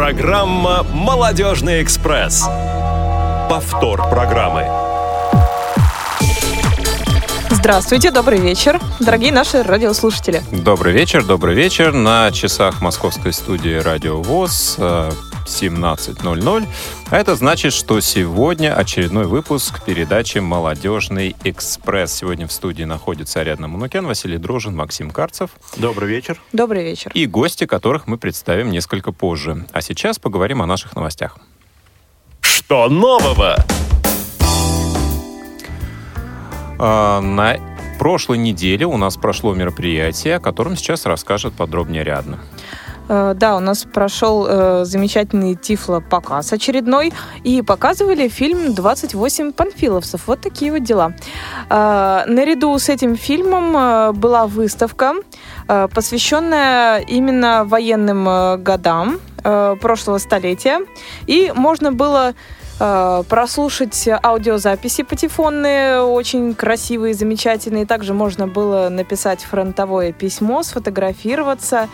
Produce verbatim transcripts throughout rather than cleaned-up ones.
Программа «Молодежный экспресс». Повтор программы. Здравствуйте, добрый вечер, дорогие наши радиослушатели. Добрый вечер, добрый вечер. На часах московской студии Радио ВОС семнадцать ноль ноль. А это значит, что сегодня очередной выпуск передачи «Молодежный экспресс». Сегодня в студии находится Ариадна Манукян, Василий Дрожжин, Максим Карцев. Добрый вечер. Добрый вечер. И гости, которых мы представим несколько позже. А сейчас поговорим о наших новостях. Что нового? А, на прошлой неделе у нас прошло мероприятие, о котором сейчас расскажет подробнее Ариадна. Да, у нас прошел э, замечательный тифло-показ очередной, и показывали фильм «двадцать восемь панфиловцев». Вот такие вот дела. Э, наряду с этим фильмом э, была выставка, э, посвященная именно военным э, годам э, прошлого столетия, и можно было э, прослушать аудиозаписи патефонные, очень красивые, замечательные. Также можно было написать фронтовое письмо, сфотографироваться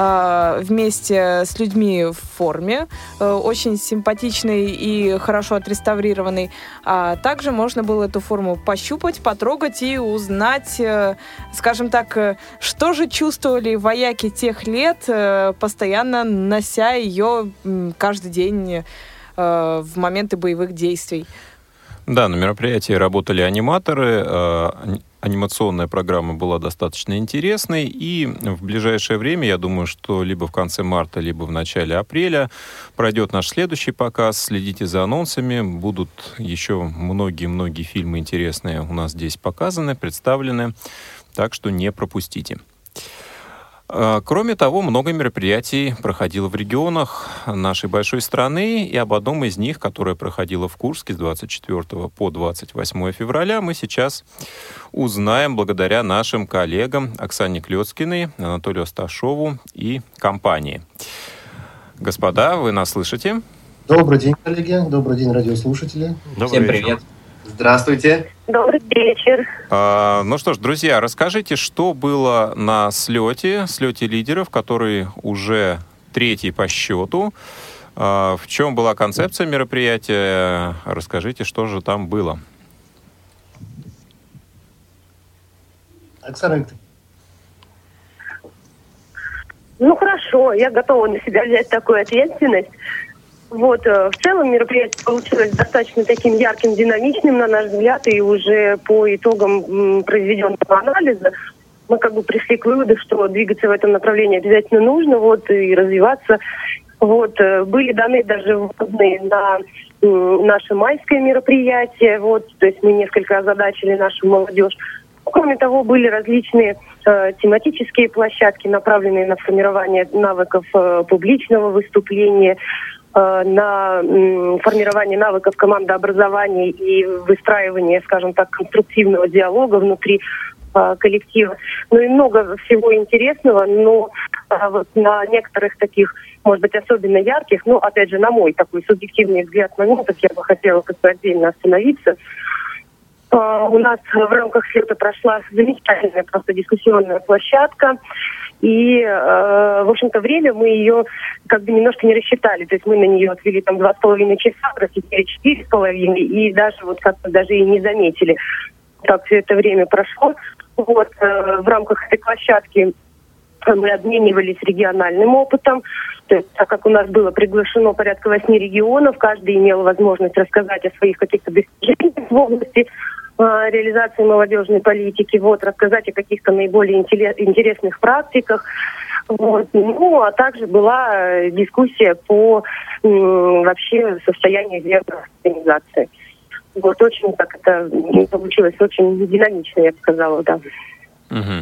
вместе с людьми в форме, очень симпатичной и хорошо отреставрированной. А также можно было эту форму пощупать, потрогать и узнать, скажем так, что же чувствовали вояки тех лет, постоянно нося ее каждый день в моменты боевых действий. Да, на мероприятии работали аниматоры. Анимационная программа была достаточно интересной, и в ближайшее время, я думаю, что либо в конце марта, либо в начале апреля пройдет наш следующий показ. Следите за анонсами, будут еще многие-многие фильмы интересные у нас здесь показаны, представлены, так что не пропустите. Кроме того, много мероприятий проходило в регионах нашей большой страны, и об одном из них, которое проходило в Курске с двадцать четвёртого по двадцать восьмое февраля, мы сейчас узнаем благодаря нашим коллегам Оксане Клёцкиной, Анатолию Асташову и компании. Господа, вы нас слышите? Добрый день, коллеги. Добрый день, радиослушатели. Добрый Всем вечер. привет. Здравствуйте. Добрый вечер. А, ну что ж, друзья, расскажите, что было на слете, слете лидеров, который уже третий по счету. А, в чем была концепция мероприятия? Расскажите, что же там было. Оксана Викторовна. Ну хорошо, я готова на себя взять такую ответственность. Вот, в целом мероприятие получилось достаточно таким ярким, динамичным, на наш взгляд, и уже по итогам произведенного анализа мы как бы пришли к выводу, что двигаться в этом направлении обязательно нужно, вот, и развиваться. Вот, были даны даже выходные на наше майское мероприятие, вот, то есть мы несколько озадачили нашу молодежь. Кроме того, были различные э, тематические площадки, направленные на формирование навыков э, публичного выступления, на формирование навыков командообразования и выстраивание, скажем так, конструктивного диалога внутри а, коллектива. Ну и много всего интересного, но а, вот на некоторых таких, может быть, особенно ярких, ну, опять же, на мой такой субъективный взгляд моментов, я бы хотела как-то отдельно остановиться. А, у нас в рамках слета прошла замечательная просто дискуссионная площадка. И, э, в общем-то, время мы ее как бы немножко не рассчитали. То есть мы на нее отвели там два с половиной часа, просидели четыре с половиной, и даже вот как-то даже и не заметили, как все это время прошло. Вот, э, в рамках этой площадки мы обменивались региональным опытом. То есть, так как у нас было приглашено порядка восьми регионов, каждый имел возможность рассказать о своих каких-то достижениях в области реализации молодежной политики, вот, рассказать о каких-то наиболее интересных практиках. Вот. Ну, а также была дискуссия по м, вообще состоянию верных организаций. Вот, очень так это получилось, очень динамично, я бы сказала, да. Угу.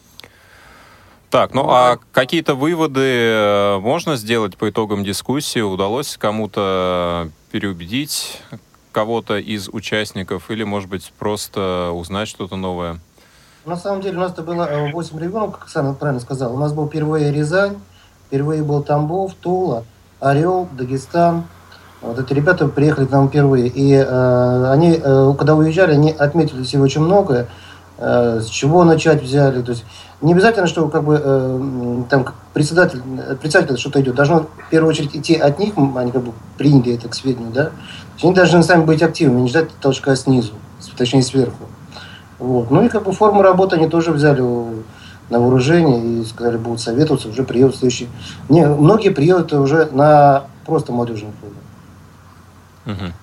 Так, ну а какие-то выводы можно сделать по итогам дискуссии? Удалось кому-то переубедить кого-то из участников или, может быть, просто узнать что-то новое? На самом деле у нас-то было восемь регионов, как Оксана правильно сказала. У нас был впервые Рязань, впервые был Тамбов, Тула, Орел, Дагестан. Вот эти ребята приехали к нам впервые. И э, они, э, когда уезжали, они отметили себе очень многое. э, с чего начать взяли. То есть не обязательно, что как бы э, там председатель, председатель что-то идет. Должно в первую очередь идти от них, они как бы приняли это к сведению, да. Они должны сами быть активными, не ждать толчка снизу, точнее сверху. Вот. Ну и как бы форму работы они тоже взяли на вооружение и сказали, будут советоваться, уже приедут следующие. Не, многие приедут уже на просто молодежном форуме. Угу.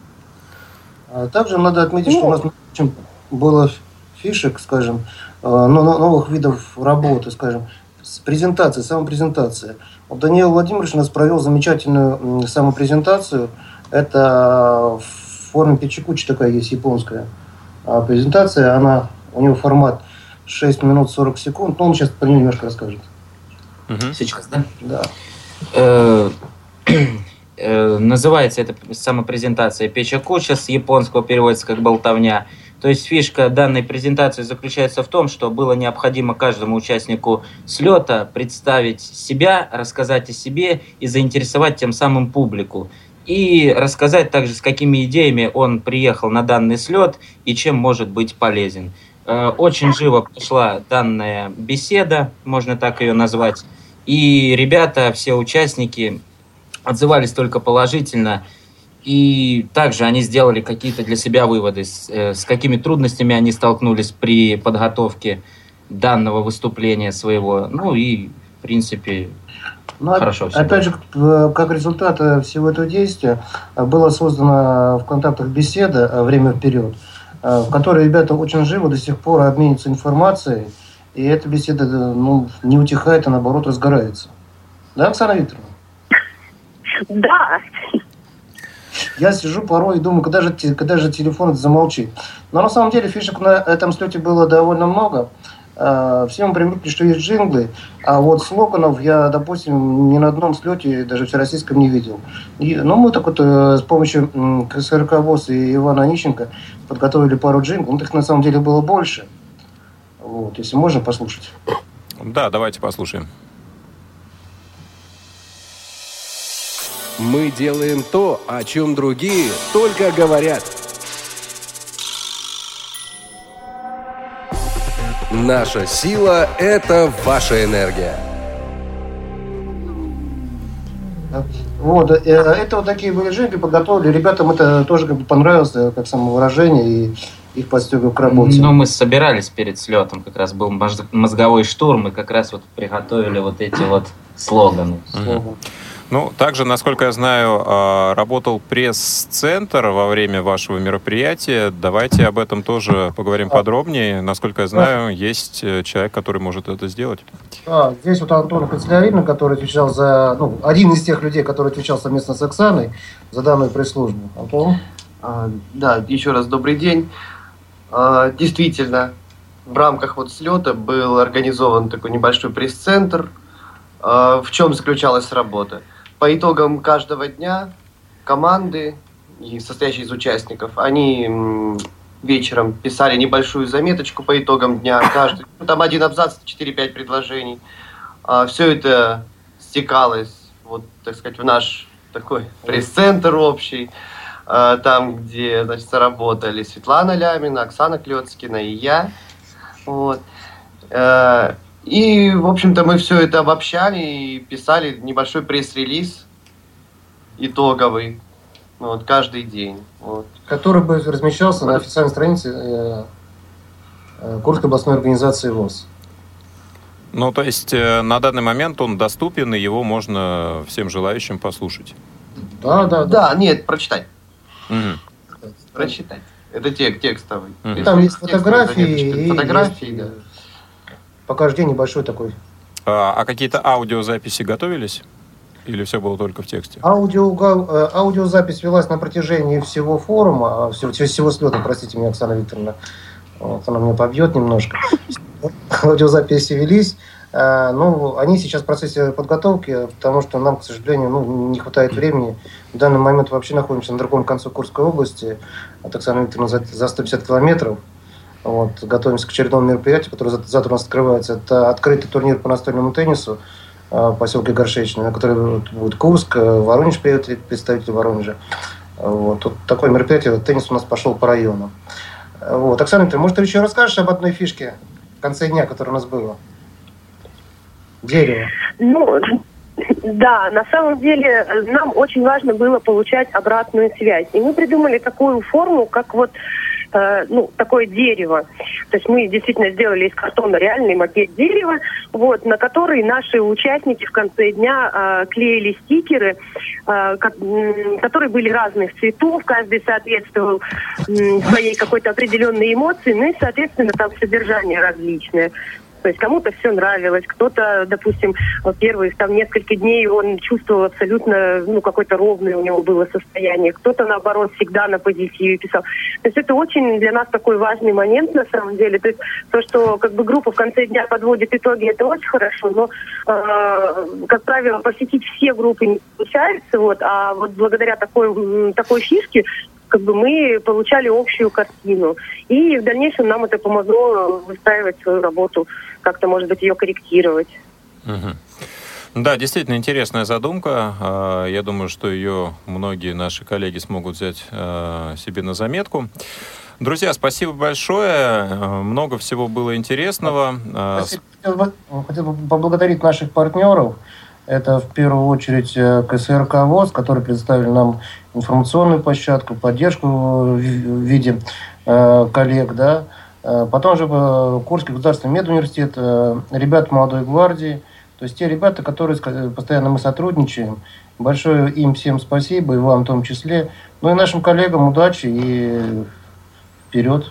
А также надо отметить, что у нас очень было фишек, скажем, новых видов работы, скажем, с презентацией, самопрезентация. Вот Даниил Владимирович у нас провел замечательную самопрезентацию. Это в форме пичикучи такая есть, японская презентация. Она, у него формат шесть минут сорок секунд. Но он сейчас про нее немножко расскажет. Угу. Сейчас, да? Да. Называется эта самопрезентация пичикучи, с японского переводится как болтовня. То есть фишка данной презентации заключается в том, что было необходимо каждому участнику слета представить себя, рассказать о себе и заинтересовать тем самым публику. И рассказать также, с какими идеями он приехал на данный слет и чем может быть полезен. Очень живо прошла данная беседа, можно так ее назвать. И ребята, все участники, отзывались только положительно. И также они сделали какие-то для себя выводы, с, с какими трудностями они столкнулись при подготовке данного выступления своего. Ну и, в принципе, ну, хорошо. Опять же, как результат всего этого действия была создана в контактах беседа «Время вперед», в которой ребята очень живо до сих пор обмениваются информацией, и эта беседа ну, не утихает, а наоборот разгорается. Да, Оксана Викторовна? Да. Я сижу порой и думаю, когда же, когда же телефон замолчит. Но на самом деле фишек на этом слете было довольно много. Все мы привыкли, что есть джинглы, а вот слоганов я, допустим, ни на одном слете, даже всероссийском, не видел. И, ну, мы так вот с помощью КСРК ВОС и Ивана Онищенко подготовили пару джинглов. Ну, их на самом деле было больше. Вот, если можно, послушать. Да, давайте послушаем. Мы делаем то, о чем другие только говорят. Наша сила – это ваша энергия. Вот, это вот такие были джингли, подготовили. Ребятам это тоже как бы понравилось, как самовыражение, и их подстегивал к работе. Ну, мы собирались перед слетом, как раз был мозговой штурм, и как раз вот приготовили вот эти вот слоганы. Угу. Ну, также, насколько я знаю, работал пресс-центр во время вашего мероприятия. Давайте об этом тоже поговорим подробнее. Насколько я знаю, есть человек, который может это сделать. А, здесь вот Антон Канцелярина, который отвечал за... Ну, один из тех людей, который отвечал совместно с Оксаной за данную пресс-службу. Антон? А, да, еще раз добрый день. А, действительно, в рамках вот слета был организован такой небольшой пресс-центр. А, в чем заключалась работа? По итогам каждого дня команды, состоящие из участников, они вечером писали небольшую заметочку по итогам дня. Каждый, ну, там один абзац, четыре-пять предложений. А, все это стекалось, вот, так сказать, в наш такой пресс-центр общий, а, там, где, значит, работали Светлана Лямина, Оксана Клёцкина и я. Вот. А, И, в общем-то, мы все это обобщали и писали небольшой пресс-релиз итоговый, вот, каждый день. Вот. Который бы размещался на официальной странице э, э, Курской областной организации ВОС. Ну, то есть э, на данный момент он доступен, и его можно всем желающим послушать. Да, да, да. Да, нет, прочитать. Угу. Прочитать. Это тек, текстовый. Угу. Там есть фотографии. И фотографии, есть, да. Пока день небольшой такой. А, а какие-то аудиозаписи готовились? Или все было только в тексте? Аудио, аудиозапись велась на протяжении всего форума, всего, всего слета, простите меня, Оксана Викторовна. Вот, она меня побьет немножко. Аудиозаписи велись. Но они сейчас в процессе подготовки, потому что нам, к сожалению, ну, не хватает времени. В данный момент вообще находимся на другом конце Курской области, от Оксаны Викторовны за, за сто пятьдесят километров. Вот, готовимся к очередному мероприятию, которое завтра у нас открывается. Это открытый турнир по настольному теннису в поселке Горшечный, на который будет Курск, Воронеж, представитель Воронежа. Вот. Вот такое мероприятие, теннис у нас пошел по району. Вот. Оксана Викторовна, может, ты еще расскажешь об одной фишке в конце дня, которая у нас была? Дерево. Ну, да, на самом деле нам очень важно было получать обратную связь. И мы придумали такую форму, как вот э, ну, такое дерево. То есть мы действительно сделали из картона реальный макет дерева, вот, на который наши участники в конце дня э, клеили стикеры, э, как, м, которые были разных цветов, каждый соответствовал м, своей какой-то определенной эмоции, ну и, соответственно, там содержание различное. То есть кому-то все нравилось, кто-то, допустим, первых там несколько дней он чувствовал абсолютно, ну, какое-то ровное у него было состояние, кто-то, наоборот, всегда на позитиве писал. То есть это очень для нас такой важный момент, на самом деле. То есть то, что как бы группа в конце дня подводит итоги, это очень хорошо, но, э, как правило, посетить все группы не получается, вот, а вот благодаря такой, такой фишке как бы мы получали общую картину. И в дальнейшем нам это помогло выстраивать свою работу, как-то, может быть, ее корректировать. Угу. Да, действительно интересная задумка. Я думаю, что ее многие наши коллеги смогут взять себе на заметку. Друзья, спасибо большое. Много всего было интересного. Спасибо. Хотел бы, хотел бы поблагодарить наших партнеров. Это в первую очередь КСРК ВОЗ, которые предоставили нам информационную площадку, поддержку в виде э, коллег, да. Потом же Курский государственный медуниверситет, э, ребята молодой гвардии, то есть те ребята, которые постоянно мы сотрудничаем. Большое им всем спасибо, и вам в том числе. Ну и нашим коллегам удачи и вперед.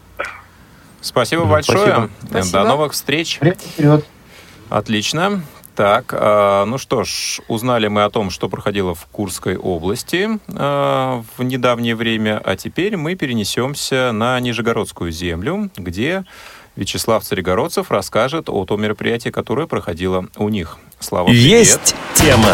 Спасибо большое. Спасибо. До новых встреч. Вперед. Отлично. Так, э, ну что ж, узнали мы о том, что проходило в Курской области э, в недавнее время, а теперь мы перенесемся на Нижегородскую землю, где Вячеслав Царегородцев расскажет о том мероприятии, которое проходило у них. Слава, привет. Есть тема.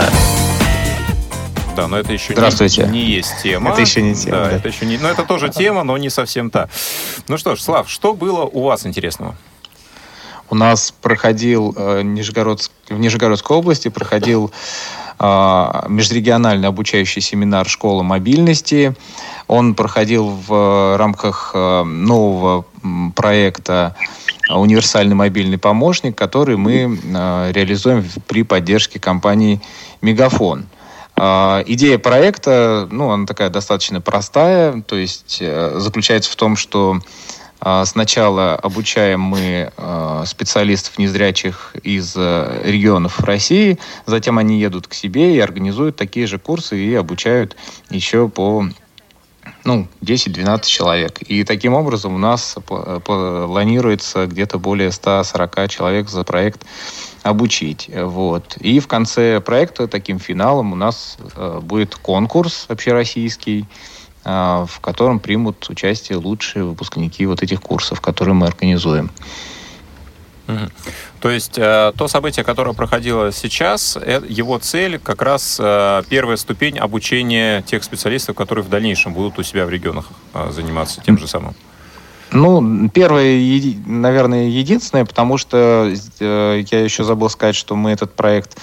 Да, но это еще Здравствуйте. Не, не есть тема. Это еще не тема. Да, Да. это еще не, но это тоже тема, но не совсем та. Ну что ж, Слав, что было у вас интересного? У нас проходил э, Нижегородск, в Нижегородской области проходил э, межрегиональный обучающий семинар «Школа мобильности». Он проходил в рамках э, нового проекта «Универсальный мобильный помощник», который мы э, реализуем при поддержке компании «Мегафон». Э, идея проекта, ну, она такая достаточно простая, то есть э, заключается в том, что сначала обучаем мы специалистов незрячих из регионов России, затем они едут к себе и организуют такие же курсы и обучают еще по ну, десять-двенадцать человек. И таким образом у нас планируется где-то более ста сорока человек за проект обучить. Вот. И в конце проекта таким финалом у нас будет конкурс общероссийский, в котором примут участие лучшие выпускники вот этих курсов, которые мы организуем. Угу. То есть э, то событие, которое проходило сейчас, э, его цель как раз э, первая ступень обучения тех специалистов, которые в дальнейшем будут у себя в регионах э, заниматься тем же самым. Ну, первое, еди, наверное, единственное, потому что э, я еще забыл сказать, что мы этот проект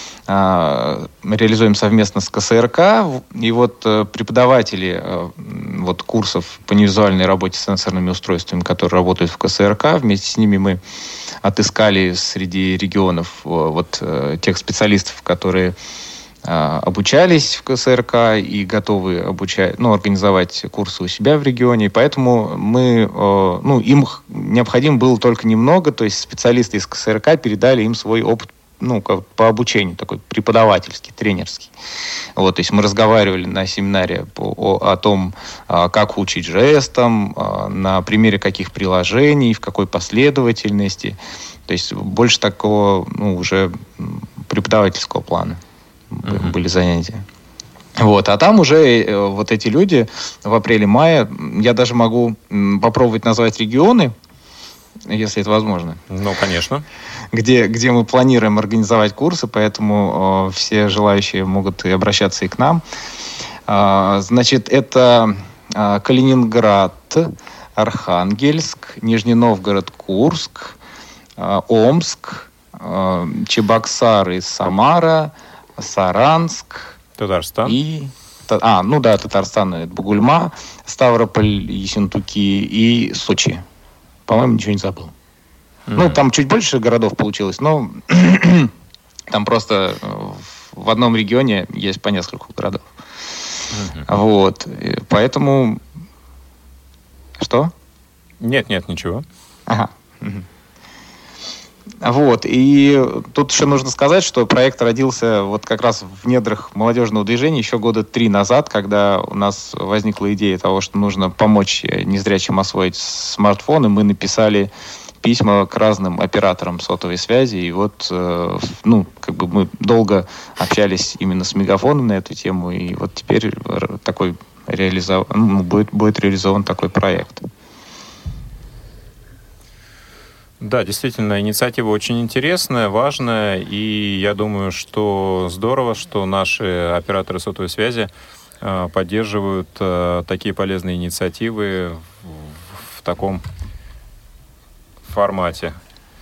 мы реализуем совместно с КСРК, и вот преподаватели вот курсов по невизуальной работе с сенсорными устройствами, которые работают в КСРК, вместе с ними мы отыскали среди регионов вот тех специалистов, которые обучались в КСРК и готовы обучать, ну, организовать курсы у себя в регионе, и поэтому мы, ну, им необходимо было только немного, то есть специалисты из КСРК передали им свой опыт, ну, по обучению, такой преподавательский, тренерский. Вот, то есть мы разговаривали на семинаре по, о, о том, как учить жестам, на примере каких приложений, в какой последовательности. То есть больше такого, ну, уже преподавательского плана mm-hmm. были занятия. Вот, а там уже вот эти люди в апреле-мае, я даже могу попробовать назвать регионы, если это возможно. Ну, конечно. Где, где мы планируем организовать курсы, поэтому э, все желающие могут и обращаться и к нам. Э, значит, это э, Калининград, Архангельск, Нижний Новгород, Курск, э, Омск, э, Чебоксары, Самара, Саранск. Татарстан. И А, ну да, Татарстан, это Бугульма, Ставрополь, Ессентуки и Сочи. По-моему, ничего не забыл. Mm-hmm. Ну, там чуть больше городов получилось, но там просто в одном регионе есть по нескольку городов. Mm-hmm. Вот. Поэтому... Что? Нет, нет, ничего. Ага. Вот. И тут еще нужно сказать, что проект родился вот как раз в недрах молодежного движения еще года три назад, когда у нас возникла идея того, что нужно помочь незрячим освоить смартфон, и мы написали письма к разным операторам сотовой связи. И вот, ну, как бы мы долго общались именно с Мегафоном на эту тему, и вот теперь такой реализов... ну, будет, будет реализован такой проект. Да, действительно, инициатива очень интересная, важная, и я думаю, что здорово, что наши операторы сотовой связи э, поддерживают э, такие полезные инициативы в, в таком формате.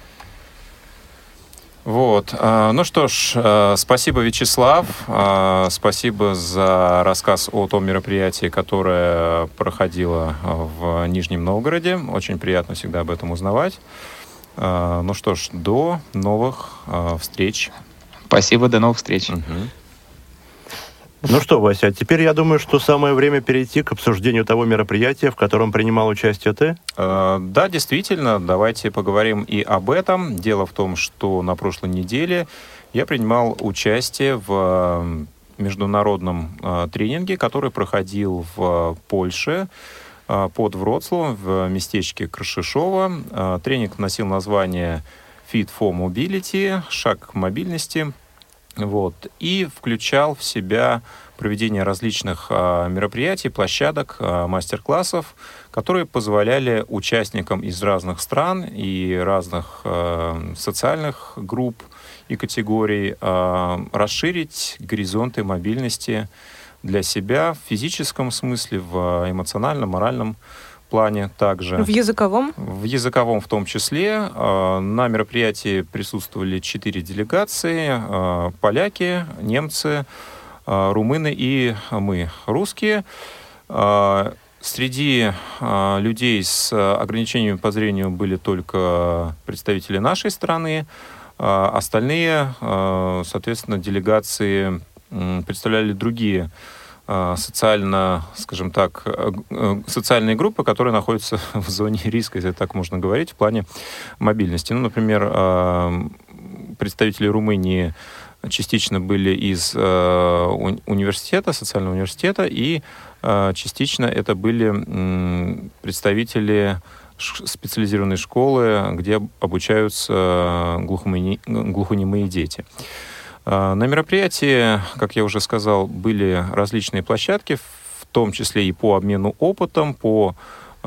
Вот. Ну что ж, спасибо, Вячеслав. Спасибо за рассказ о том мероприятии, которое проходило в Нижнем Новгороде. Очень приятно всегда об этом узнавать. Ну что ж, до новых встреч. Спасибо, до новых встреч. Угу. Ну что, Вася, теперь я думаю, что самое время перейти к обсуждению того мероприятия, в котором принимал участие ты. Э, да, действительно, давайте поговорим и об этом. Дело в том, что на прошлой неделе я принимал участие в международном э, тренинге, который проходил в Польше, э, под Вроцлавом, в местечке Кршишово. Э, тренинг носил название Fit for Mobility, шаг к мобильности. Вот, и включал в себя проведение различных а, мероприятий, площадок, а, мастер-классов, которые позволяли участникам из разных стран и разных а, социальных групп и категорий а, расширить горизонты мобильности для себя в физическом смысле, в эмоциональном, моральном плане также. В языковом? В языковом в том числе. На мероприятии присутствовали четыре делегации. Поляки, немцы, румыны и мы, русские. Среди людей с ограничениями по зрению были только представители нашей страны. Остальные, соответственно, делегации представляли другие социально, скажем так, социальные группы, которые находятся в зоне риска, если так можно говорить, в плане мобильности. Ну, например, представители Румынии частично были из университета, социального университета, и частично это были представители специализированной школы, где обучаются глухонемые дети. На мероприятии, как я уже сказал, были различные площадки, в том числе и по обмену опытом, по э,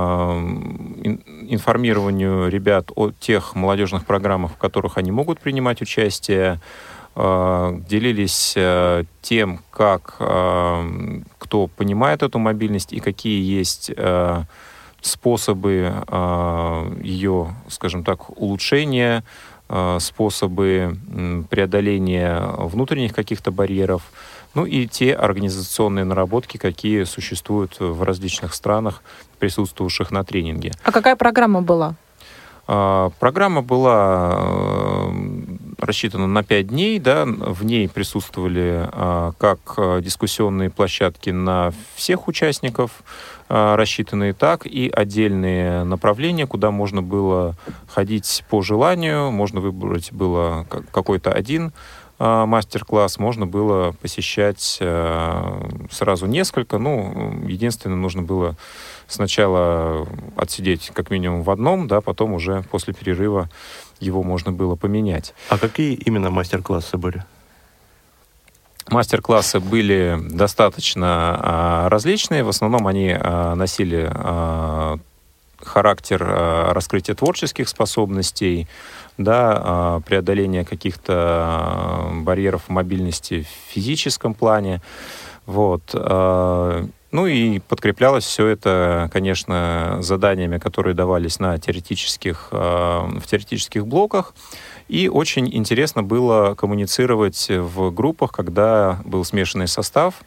информированию ребят о тех молодежных программах, в которых они могут принимать участие, э, делились э, тем, как э, кто понимает эту мобильность и какие есть э, способы э, ее, скажем так, улучшения, способы преодоления внутренних каких-то барьеров, ну и те организационные наработки, какие существуют в различных странах, присутствовавших на тренинге. А какая программа была? Программа была рассчитана на пять дней, да, в ней присутствовали как дискуссионные площадки на всех участников, рассчитанные, так и отдельные направления, куда можно было ходить по желанию, можно выбрать было какой-то один мастер-класс, можно было посещать сразу несколько, ну, единственное, нужно было сначала отсидеть как минимум в одном, да, потом уже после перерыва его можно было поменять. А какие именно мастер-классы были? Мастер-классы были достаточно а, различные. В основном они а, носили а, характер а, раскрытия творческих способностей, да, а, преодоления каких-то а, барьеров мобильности в физическом плане. Вот. А, ну и подкреплялось все это, конечно, заданиями, которые давались на теоретических, а, в теоретических блоках. И очень интересно было коммуницировать в группах, когда был смешанный состав,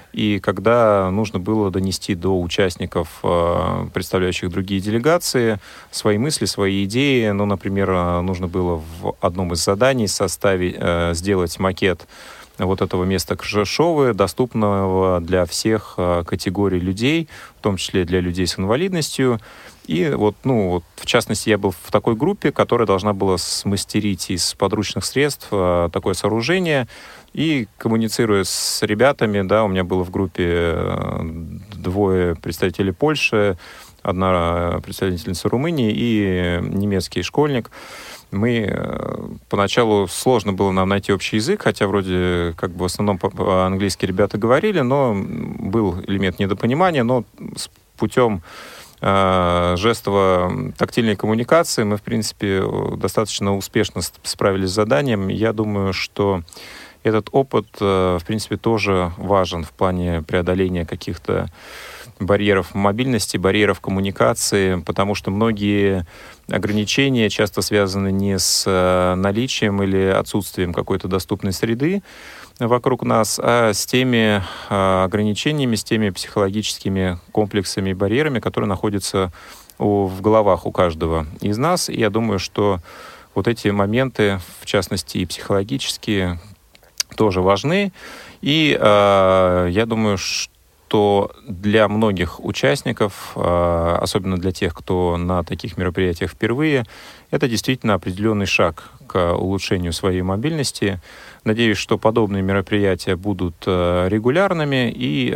И когда нужно было донести до участников, представляющих другие делегации, свои мысли, свои идеи, ну, например, нужно было в одном из заданий составить, сделать макет вот этого места Кржешовы, доступного для всех категорий людей, в том числе для людей с инвалидностью. И вот, ну, вот, в частности, я был в такой группе, которая должна была смастерить из подручных средств такое сооружение. И коммуницируя с ребятами, да, у меня было в группе двое представителей Польши, одна представительница Румынии и немецкий школьник. Мы поначалу сложно было нам найти общий язык, хотя вроде как бы в основном по-английски ребята говорили, но был элемент недопонимания, но с путем э, жестово-тактильной коммуникации мы, в принципе, достаточно успешно справились с заданием. Я думаю, что этот опыт, э, в принципе, тоже важен в плане преодоления каких-то барьеров мобильности, барьеров коммуникации, потому что многие ограничения часто связаны не с наличием или отсутствием какой-то доступной среды вокруг нас, а с теми ограничениями, с теми психологическими комплексами и барьерами, которые находятся у, в головах у каждого из нас. И я думаю, что вот эти моменты, в частности и психологические, тоже важны. И э, я думаю, что то для многих участников, особенно для тех, кто на таких мероприятиях впервые, это действительно определенный шаг к улучшению своей мобильности. Надеюсь, что подобные мероприятия будут регулярными, и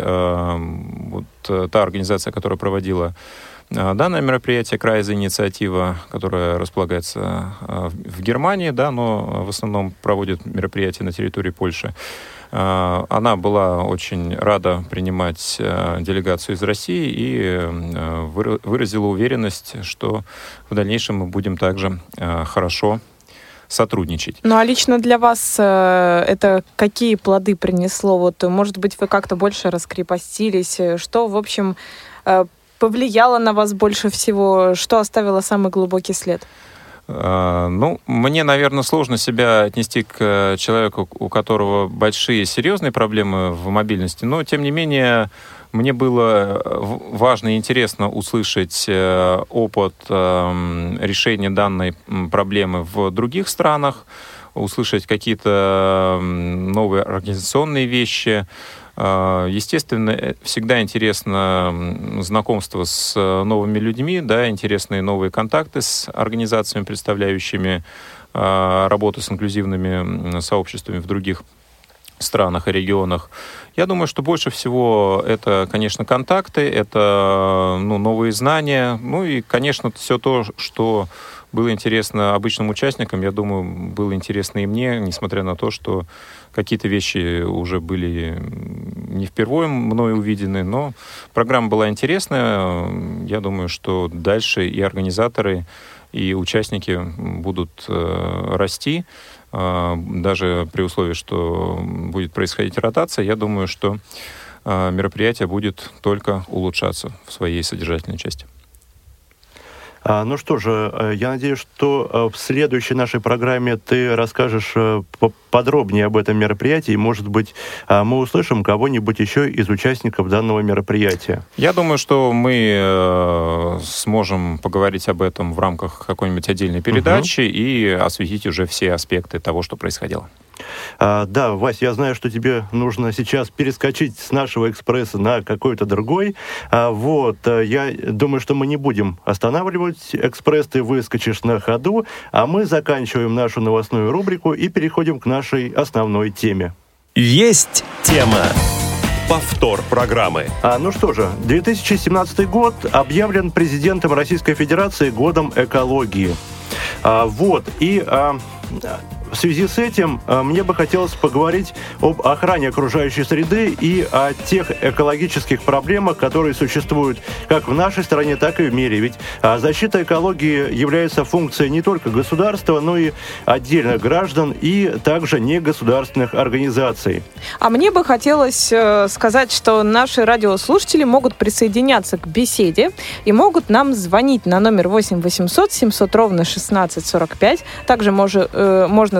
вот та организация, которая проводила данное мероприятие, Крайзе-инициатива, которая располагается в Германии, да, но в основном проводит мероприятия на территории Польши, она была очень рада принимать делегацию из России и выразила уверенность, что в дальнейшем мы будем также хорошо сотрудничать. Ну, а лично для вас это какие плоды принесло? Вот, может быть, вы как-то больше раскрепостились? Что, в общем, повлияло на вас больше всего? Что оставило самый глубокий след? Ну, мне, наверное, сложно себя отнести к человеку, у которого большие серьезные проблемы в мобильности, но, тем не менее, мне было важно и интересно услышать опыт решения данной проблемы в других странах, услышать какие-то новые организационные вещи. Естественно, всегда интересно знакомство с новыми людьми, да, интересные новые контакты с организациями, представляющими работу с инклюзивными сообществами в других странах и регионах. Я думаю, что больше всего это, конечно, контакты, это, ну, новые знания, ну и, конечно, все то, что было интересно обычным участникам, я думаю, было интересно и мне, несмотря на то, что какие-то вещи уже были не впервые мной увидены, но программа была интересная. Я думаю, что дальше и организаторы, и участники будут э, расти, э, даже при условии, что будет происходить ротация. Я думаю, что э, мероприятие будет только улучшаться в своей содержательной части. Ну что же, я надеюсь, что в следующей нашей программе ты расскажешь подробнее об этом мероприятии, и, может быть, мы услышим кого-нибудь еще из участников данного мероприятия. Я думаю, что мы сможем поговорить об этом в рамках какой-нибудь отдельной передачи угу. и осветить уже все аспекты того, что происходило. А, да, Вась, я знаю, что тебе нужно сейчас перескочить с нашего экспресса на какой-то другой. А, вот, я думаю, что мы не будем останавливать экспресс, ты выскочишь на ходу, а мы заканчиваем нашу новостную рубрику и переходим к нашей основной теме. Есть тема. Повтор программы. А, ну что же, две тысячи семнадцатый год объявлен президентом Российской Федерации годом экологии. А, вот, и... А, В связи с этим мне бы хотелось поговорить об охране окружающей среды и о тех экологических проблемах, которые существуют как в нашей стране, так и в мире. Ведь защита экологии является функцией не только государства, но и отдельных граждан и также негосударственных организаций. А мне бы хотелось сказать, что наши радиослушатели могут присоединяться к беседе и могут нам звонить на номер восемь восемьсот семьсот ровно шестнадцать сорок пять. Также можно, можно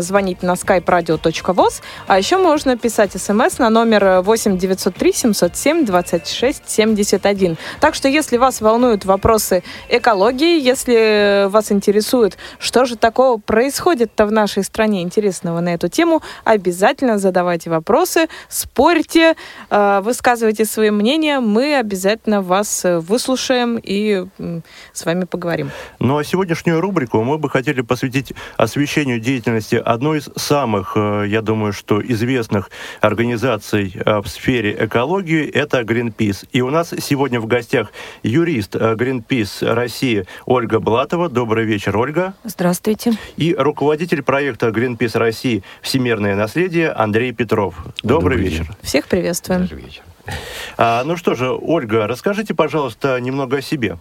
звонить на skype radio точка voz, а еще можно писать смс на номер восемь девятьсот три семьсот семь двадцать шесть семьдесят один. Так что, если вас волнуют вопросы экологии, если вас интересует, что же такого происходит-то в нашей стране интересного на эту тему, обязательно задавайте вопросы, спорьте, высказывайте свои мнения, мы обязательно вас выслушаем и с вами поговорим. Ну а сегодняшнюю рубрику мы бы хотели посвятить освещению деятельности одной из самых, я думаю, что известных организаций в сфере экологии, это Greenpeace. И у нас сегодня в гостях юрист Greenpeace России Ольга Блатова. Добрый вечер, Ольга. Здравствуйте. И руководитель проекта Greenpeace России «Всемирное наследие» Андрей Петров. Добрый, Добрый вечер. День. Всех приветствуем. Добрый вечер. А, ну что же, Ольга, расскажите, пожалуйста, немного о себе.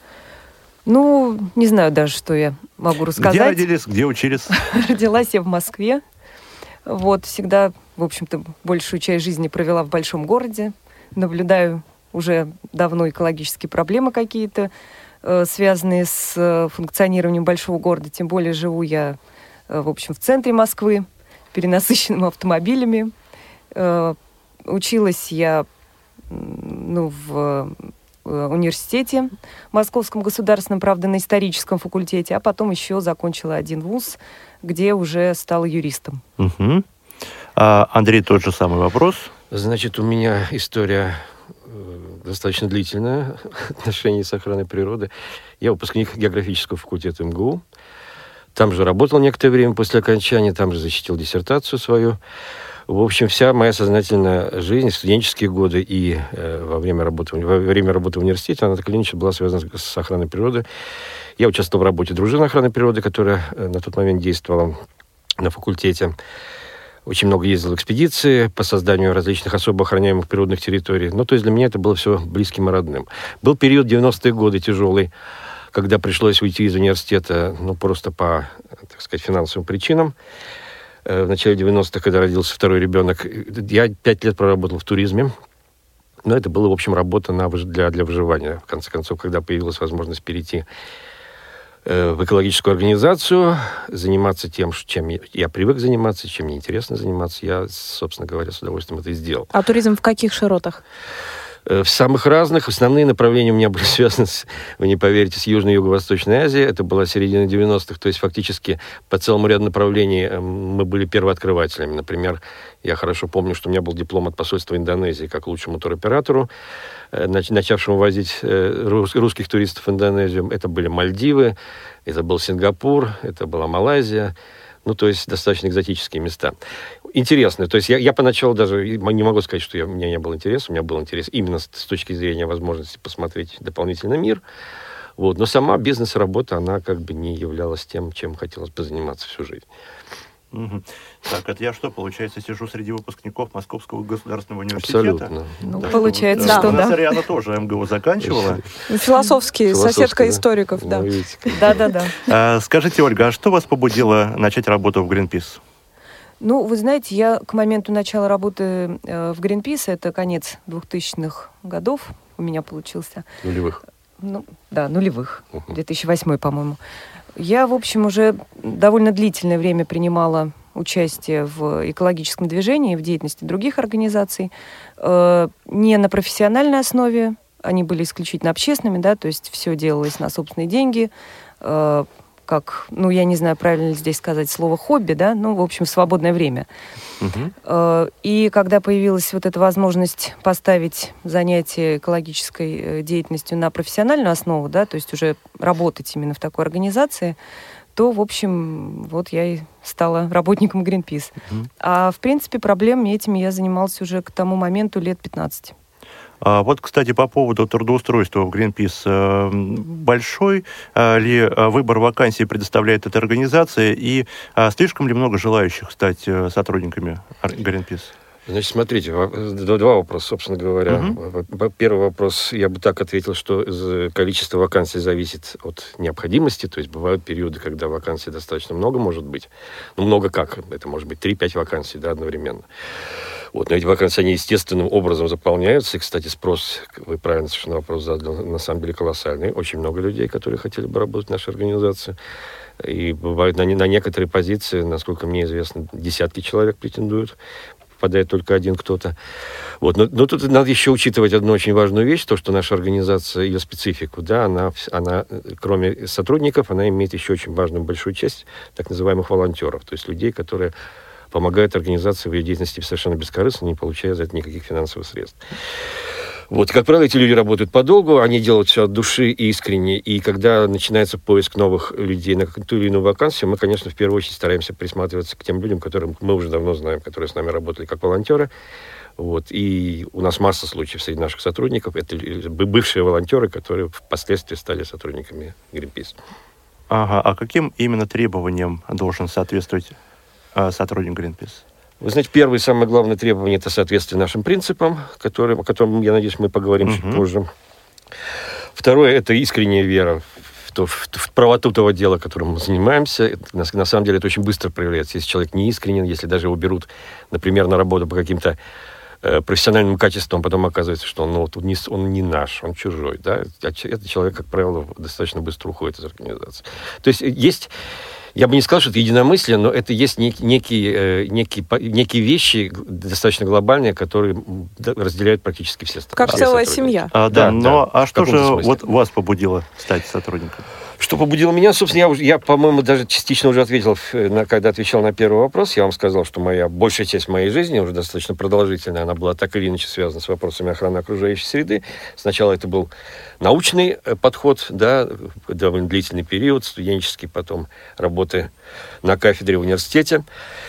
Ну, не знаю даже, что я могу рассказать. Где родились, где учились? Родилась я в Москве. Вот, всегда, в общем-то, большую часть жизни провела в большом городе. Наблюдаю уже давно экологические проблемы какие-то, э, связанные с э, функционированием большого города. Тем более живу я, э, в общем, в центре Москвы, перенасыщенным автомобилями. Э, училась я, ну, в университете Московском государственном, правда, на историческом факультете, а потом еще закончила один вуз, где уже стала юристом. Угу. А, Андрей, тот же самый вопрос. Значит, у меня история достаточно длительная, отношения с охраной природы. Я выпускник географического факультета эм гэ у. Там же работал некоторое время после окончания, там же защитил диссертацию свою. В общем, вся моя сознательная жизнь, студенческие годы и э, во, время работы, во время работы в университете, она так или иначе была связана с, с охраной природы. Я участвовал в работе дружины охраны природы, которая э, на тот момент действовала на факультете. Очень много ездил в экспедиции по созданию различных особо охраняемых природных территорий. Ну, то есть для меня это было все близким и родным. Был период девяностые годы тяжелый, когда пришлось уйти из университета, ну, просто по, так сказать, финансовым причинам. В начале девяностых, когда родился второй ребенок, я пять лет проработал в туризме. Но это была, в общем, работа на, для, для выживания. В конце концов, когда появилась возможность перейти э, в экологическую организацию, заниматься тем, чем я, я привык заниматься, чем мне интересно заниматься, я, собственно говоря, с удовольствием это и сделал. А туризм в каких широтах? В самых разных. Основные направления у меня были связаны, с, вы не поверите, с Южной и Юго-Восточной Азией. Это была середина девяностых. То есть фактически по целому ряду направлений мы были первооткрывателями. Например, я хорошо помню, что у меня был диплом от посольства Индонезии как лучшему туроператору, начавшему возить русских туристов в Индонезию. Это были Мальдивы, это был Сингапур, это была Малайзия. Ну, то есть достаточно экзотические места. Интересно. То есть я, я поначалу даже не могу сказать, что я, у меня не был интереса. У меня был интерес именно с, с точки зрения возможности посмотреть дополнительно мир. Вот. Но сама бизнес-работа, она как бы не являлась тем, чем хотелось бы заниматься всю жизнь. Угу. Так, это я что, получается, сижу среди выпускников Московского государственного университета? Абсолютно. Ну, да, получается, вот, что да. У нас да. Ариана тоже эм гэ у заканчивала. Философский, соседка историков, да. Да-да-да. А, скажите, Ольга, а что вас побудило начать работу в Greenpeace? Ну, вы знаете, я к моменту начала работы э, в Greenpeace, это конец двухтысячных годов у меня получился. Нулевых. Ну, да, нулевых. Uh-huh. две тысячи восьмой, по-моему. Я, в общем, уже довольно длительное время принимала участие в экологическом движении, в деятельности других организаций. Э, не на профессиональной основе, они были исключительно общественными, да, то есть все делалось на собственные деньги, э, как, ну, я не знаю, правильно ли здесь сказать слово «хобби», да, ну, в общем, свободное время. Uh-huh. И когда появилась вот эта возможность поставить занятие экологической деятельностью на профессиональную основу, да, то есть уже работать именно в такой организации, то, в общем, вот я и стала работником Greenpeace. Uh-huh. А, в принципе, проблемами этими я занималась уже к тому моменту лет пятнадцать. А вот, кстати, по поводу трудоустройства в Greenpeace. Большой ли выбор вакансий предоставляет эта организация, и слишком ли много желающих стать сотрудниками Greenpeace? Значит, смотрите, два вопроса, собственно говоря. Uh-huh. Первый вопрос, я бы так ответил, что количество вакансий зависит от необходимости, то есть бывают периоды, когда вакансий достаточно много может быть. Ну, много как? Это может быть три-пять вакансий, да, одновременно. Вот, но эти вакансии, они естественным образом заполняются. И, кстати, спрос, вы правильно совершенно вопрос задали, на самом деле колоссальный. Очень много людей, которые хотели бы работать в нашей организации. И бывают на, на некоторые позиции, насколько мне известно, десятки человек претендуют. Попадает только один кто-то. Вот. Но, но тут надо еще учитывать одну очень важную вещь, то, что наша организация, ее специфику, да, она, она, кроме сотрудников, она имеет еще очень важную большую часть так называемых волонтеров, то есть людей, которые помогают организации в ее деятельности совершенно бескорыстно, не получая за это никаких финансовых средств. Вот, как правило, эти люди работают подолгу, они делают все от души и искренне, и когда начинается поиск новых людей на какую-то или иную вакансию, мы, конечно, в первую очередь стараемся присматриваться к тем людям, которым мы уже давно знаем, которые с нами работали как волонтеры. Вот, и у нас масса случаев среди наших сотрудников. Это бывшие волонтеры, которые впоследствии стали сотрудниками Greenpeace. Ага, а каким именно требованиям должен соответствовать э, сотрудник Greenpeace? Вы знаете, первое и самое главное требование – это соответствие нашим принципам, которые, о котором, я надеюсь, мы поговорим uh-huh. чуть позже. Второе – это искренняя вера в, то, в, в правоту того дела, которым мы занимаемся. Это, на, на самом деле это очень быстро проявляется. Если человек не искренен, если даже его берут, например, на работу по каким-то э, профессиональным качествам, потом оказывается, что он, ну, вот, не, он не наш, он чужой. Да? Этот человек, как правило, достаточно быстро уходит из организации. То есть есть... Я бы не сказал, что это единомыслие, но это есть некие, некие, некие, некие вещи достаточно глобальные, которые разделяют практически все страны. Как целая семья. А, да, да, но да, а что же вот вас побудило стать сотрудником? Что побудило меня? Собственно, я, уже, я по-моему, даже частично уже ответил, на, когда отвечал на первый вопрос. Я вам сказал, что моя, большая часть моей жизни, уже достаточно продолжительная, она была так или иначе связана с вопросами охраны окружающей среды. Сначала это был научный подход, да, довольно длительный период, студенческий, потом работы на кафедре в университете.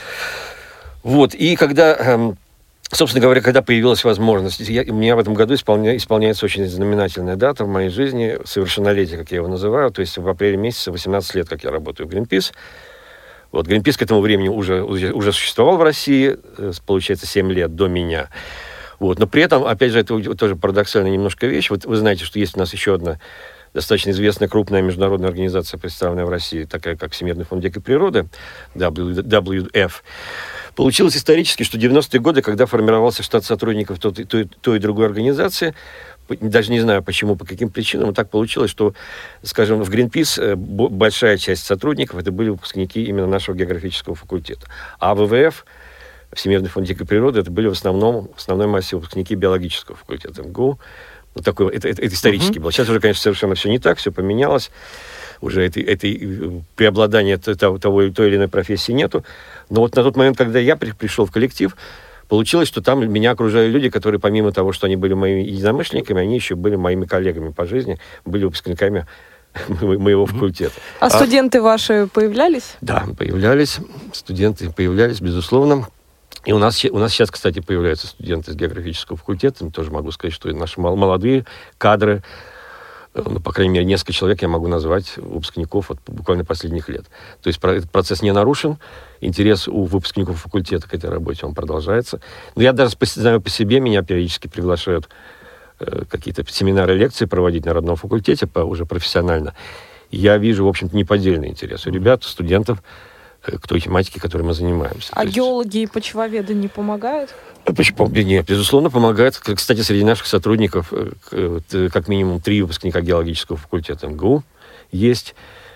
Вот, и когда... Собственно говоря, когда появилась возможность, я, у меня в этом году исполня, исполняется очень знаменательная дата в моей жизни, совершеннолетие, как я его называю, то есть в апреле месяце восемнадцать лет, как я работаю в Greenpeace. Вот, Greenpeace к этому времени уже, уже, уже существовал в России, получается, семь лет до меня. Вот, но при этом, опять же, это тоже парадоксальная немножко вещь. Вот вы знаете, что есть у нас еще одна достаточно известная крупная международная организация, представленная в России, такая как Всемирный фонд дикой природы, дабл ю эф. Получилось исторически, что в девяностые годы, когда формировался штат сотрудников той, той, той и другой организации, даже не знаю почему, по каким причинам, но так получилось, что, скажем, в Greenpeace большая часть сотрудников это были выпускники именно нашего географического факультета. А вэ вэ эф, Всемирный фонд дикой природы, это были в основном, в основной массе выпускники биологического факультета эм гэ у. Вот такой, это, это, это исторически uh-huh. было. Сейчас уже, конечно, совершенно все не так, все поменялось. Уже этой, этой преобладания того, того, той или иной профессии нету. Но вот на тот момент, когда я при, пришел в коллектив, получилось, что там меня окружали люди, которые помимо того, что они были моими единомышленниками, они еще были моими коллегами по жизни, были выпускниками моего факультета. А, а студенты ваши появлялись? Да, появлялись. Студенты появлялись, безусловно. И у нас, у нас сейчас, кстати, появляются студенты из географического факультета. Тоже могу сказать, что наши молодые кадры, ну, по крайней мере, несколько человек я могу назвать выпускников от буквально последних лет. То есть этот процесс не нарушен. Интерес у выпускников факультета к этой работе, он продолжается. Но я даже знаю по себе, меня периодически приглашают э, какие-то семинары, лекции проводить на родном факультете по, уже профессионально. И я вижу, в общем-то, неподдельный интерес у ребят, студентов, э, к той тематике, которой мы занимаемся. А есть... геологи и почвоведы не помогают? Почему? Нет, безусловно, помогает. Кстати, среди наших сотрудников как минимум три выпускника геологического факультета эм гэ у есть.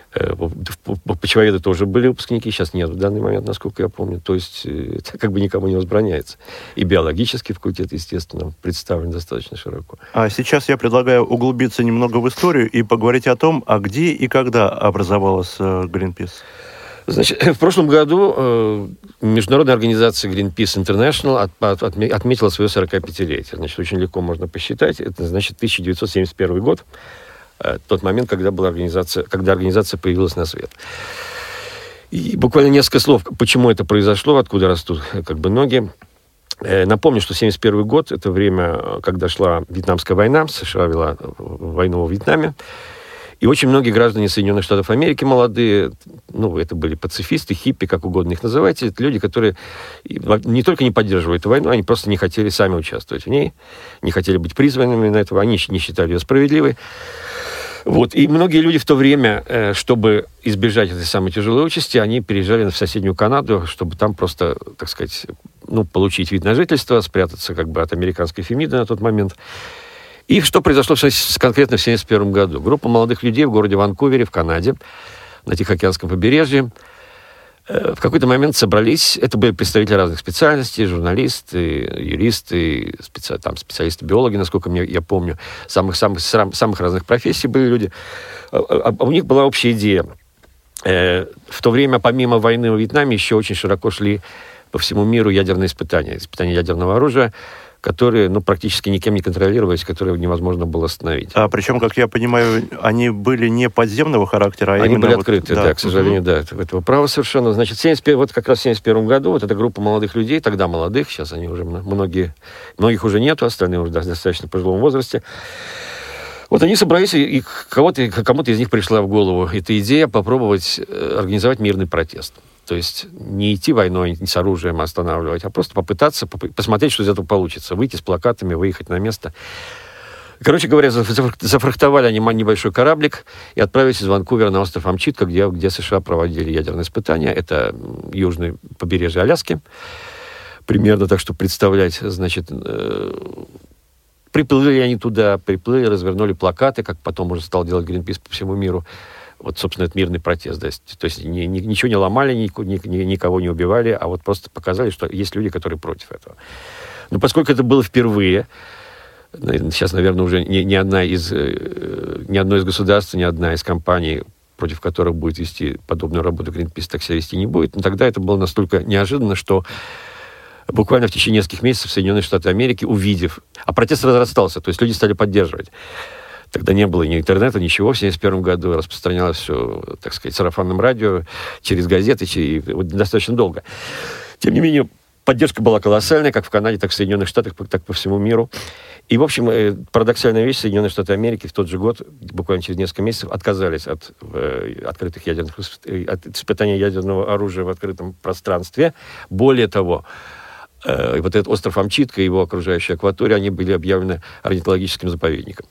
Почвоведы тоже были выпускники, сейчас нет в данный момент, насколько я помню. То есть это как бы никому не возбраняется. И биологический факультет, естественно, представлен достаточно широко. А сейчас я предлагаю углубиться немного в историю и поговорить о том, а где и когда образовалась Greenpeace. Значит, в прошлом году э, международная организация Greenpeace International от, от, отметила свое сорокапятилетие. Значит, очень легко можно посчитать. Это, значит, тысяча девятьсот семьдесят первый год, э, тот момент, когда, была организация, когда организация появилась на свет. И буквально несколько слов, почему это произошло, откуда растут как бы ноги. Э, напомню, что семьдесят первый год – это время, когда шла Вьетнамская война, США вела войну во Вьетнаме. И очень многие граждане Соединенных Штатов Америки молодые, ну, это были пацифисты, хиппи, как угодно их называйте, это люди, которые не только не поддерживали эту войну, они просто не хотели сами участвовать в ней, не хотели быть призванными на это, они не считали ее справедливой. Вот. И многие люди в то время, чтобы избежать этой самой тяжелой участи, они переезжали в соседнюю Канаду, чтобы там просто, так сказать, ну, получить вид на жительство, спрятаться как бы от американской Фемиды на тот момент. И что произошло конкретно в семьдесят первом году? Группа молодых людей в городе Ванкувере, в Канаде, на Тихоокеанском побережье. В какой-то момент собрались, это были представители разных специальностей, журналисты, юристы, специ... там, специалисты-биологи, насколько мне, я помню, самых-самых самых разных профессий были люди. А у них была общая идея. В то время, помимо войны во Вьетнаме, еще очень широко шли по всему миру ядерные испытания, испытания ядерного оружия, которые, ну, практически никем не контролировались, которые невозможно было остановить. А причем, как я понимаю, они были не подземного характера, а они именно... были вот, открыты, да, да, к сожалению, угу. да, этого права совершенно. Значит, семьдесят, вот как раз в семьдесят первом году вот эта группа молодых людей, тогда молодых, сейчас они уже многие, многих уже нету, остальные уже достаточно в пожилом возрасте. Вот они собрались, и кого-то, кому-то из них пришла в голову эта идея попробовать организовать мирный протест. То есть не идти войной, не с оружием останавливать, а просто попытаться посмотреть, что из этого получится. Выйти с плакатами, выехать на место. Короче говоря, зафрахтовали они небольшой кораблик и отправились из Ванкувера на остров Амчитка, где, где США проводили ядерные испытания. Это южное побережье Аляски. Примерно так, чтобы представлять, значит... Приплыли они туда, приплыли, развернули плакаты, как потом уже стал делать Greenpeace по всему миру. Вот, собственно, это мирный протест. Да. То есть ни, ни, ничего не ломали, ни, ни, никого не убивали, а вот просто показали, что есть люди, которые против этого. Но поскольку это было впервые, сейчас, наверное, уже ни, ни, одна из, ни одно из государств, ни одна из компаний, против которых будет вести подобную работу Greenpeace, так себя вести не будет, но тогда это было настолько неожиданно, что буквально в течение нескольких месяцев Соединенные Штаты Америки, увидев... А протест разрастался, то есть люди стали поддерживать. Тогда не было ни интернета, ничего. В семьдесят первом году распространялось все, так сказать, сарафанным радио, через газеты, через... Вот, достаточно долго. Тем не менее, поддержка была колоссальная, как в Канаде, так в Соединенных Штатах, так по всему миру. И, в общем, парадоксальная вещь, Соединенные Штаты Америки в тот же год, буквально через несколько месяцев, отказались от э, открытых ядерных... от испытания ядерного оружия в открытом пространстве. Более того, вот этот остров Амчитка и его окружающая акватория, они были объявлены орнитологическим заповедником.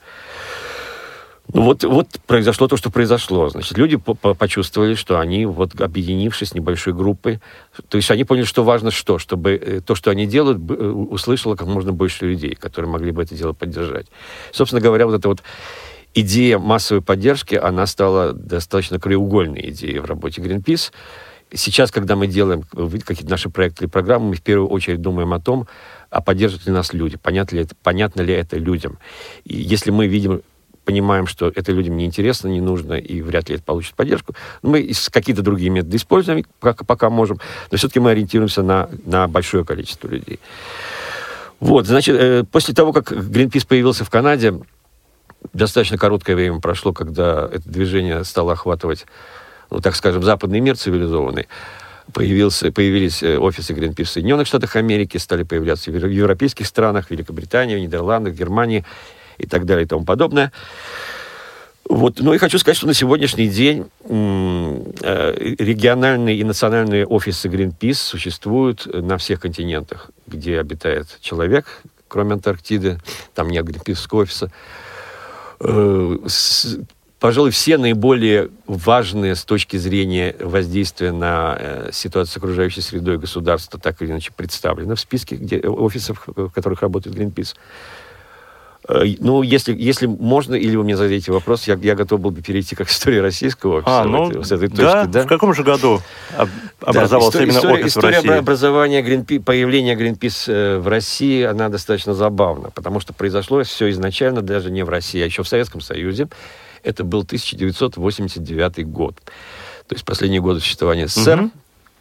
Ну вот, вот произошло то, что произошло. Значит, люди по- почувствовали, что они, вот, объединившись небольшой группой, то есть они поняли, что важно что, чтобы то, что они делают, услышало как можно больше людей, которые могли бы это дело поддержать. Собственно говоря, вот эта вот идея массовой поддержки, она стала достаточно краеугольной идеей в работе Greenpeace. Сейчас, когда мы делаем какие-то наши проекты или программы, мы в первую очередь думаем о том, а поддержат ли нас люди, понятно ли это, понятно ли это людям. И если мы видим, понимаем, что это людям неинтересно, не нужно, и вряд ли это получит поддержку, мы какие-то другие методы используем, пока, пока можем, но все-таки мы ориентируемся на, на большое количество людей. Вот, значит, после того, как Greenpeace появился в Канаде, достаточно короткое время прошло, когда это движение стало охватывать, ну, так скажем, западный мир цивилизованный. Появился, появились офисы Greenpeace в Соединенных Штатах Америки, стали появляться в европейских странах, Великобритании, Нидерландах, Германии и так далее и тому подобное. Вот. Ну и хочу сказать, что на сегодняшний день региональные и национальные офисы Greenpeace существуют на всех континентах, где обитает человек, кроме Антарктиды, там нет Greenpeace офиса. Пожалуй, все наиболее важные с точки зрения воздействия на э, ситуацию с окружающей средой государства так или иначе представлены в списке где, офисов, в которых работает Greenpeace. Э, ну, если, если можно, или вы мне зададите вопрос, я, я готов был бы перейти как история российского офиса а, ну, этой, с этой да? точки. Да, в каком же году образовался да, именно история, офис история в России? История образования Greenpeace, появления Greenpeace э, в России, она достаточно забавна, потому что произошло все изначально даже не в России, а еще в Советском Союзе. Это был тысяча девятьсот восемьдесят девятый год. То есть последние годы существования СССР. Mm-hmm.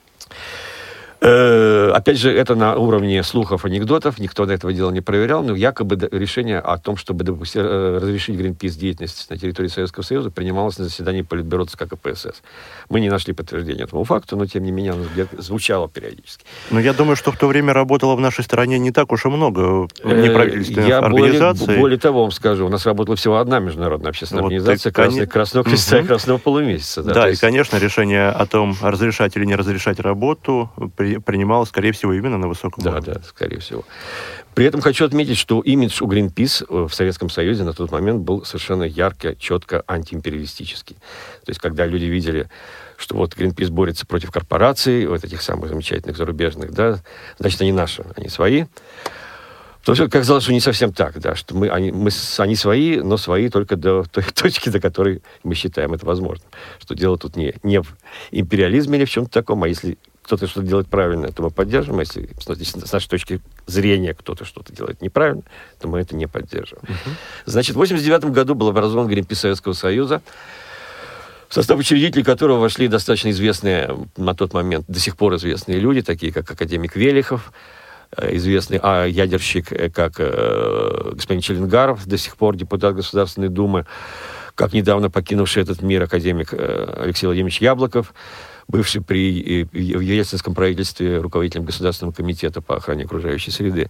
Э, опять же, это на уровне слухов, анекдотов. Никто до этого дела не проверял. Но якобы решение о том, чтобы допустить, разрешить Greenpeace деятельность на территории Советского Союза, принималось на заседании Политбюро ЦК КПСС. Мы не нашли подтверждения этому факту, но, тем не менее, оно звучало периодически. Но я думаю, что в то время работало в нашей стране не так уж и много неправительственных я организаций. Более, более того, вам скажу, у нас работала всего одна международная общественная вот организация и, Красный, Красного Креста угу. и Красного Полумесяца. Да, да и, есть... конечно, решение о том, разрешать или не разрешать работу, при, принималось, скорее всего, именно на высоком уровне. Да, да, скорее всего. При этом хочу отметить, что имидж у Greenpeace в Советском Союзе на тот момент был совершенно ярко, четко антиимпериалистический. То есть, когда люди видели, что вот Greenpeace борется против корпораций, вот этих самых замечательных зарубежных, да, значит, они наши, они свои. То есть, как казалось, что не совсем так, да, что мы, они, мы, они свои, но свои только до той точки, до которой мы считаем это возможным. Что дело тут не, не в империализме или в чем-то таком, а если кто-то что-то делает правильно, то мы поддерживаем, а если с нашей точки зрения кто-то что-то делает неправильно, то мы это не поддерживаем. Uh-huh. Значит, в восемьдесят девятом году был образован Гринпис Советского Союза, в состав учредителей которого вошли достаточно известные на тот момент, до сих пор известные люди, такие как академик Велихов, известный а, ядерщик, как э, господин Челенгаров, до сих пор депутат Государственной Думы, как недавно покинувший этот мир академик э, Алексей Владимирович Яблоков, бывший при в ельцинском правительстве руководителем Государственного комитета по охране окружающей среды.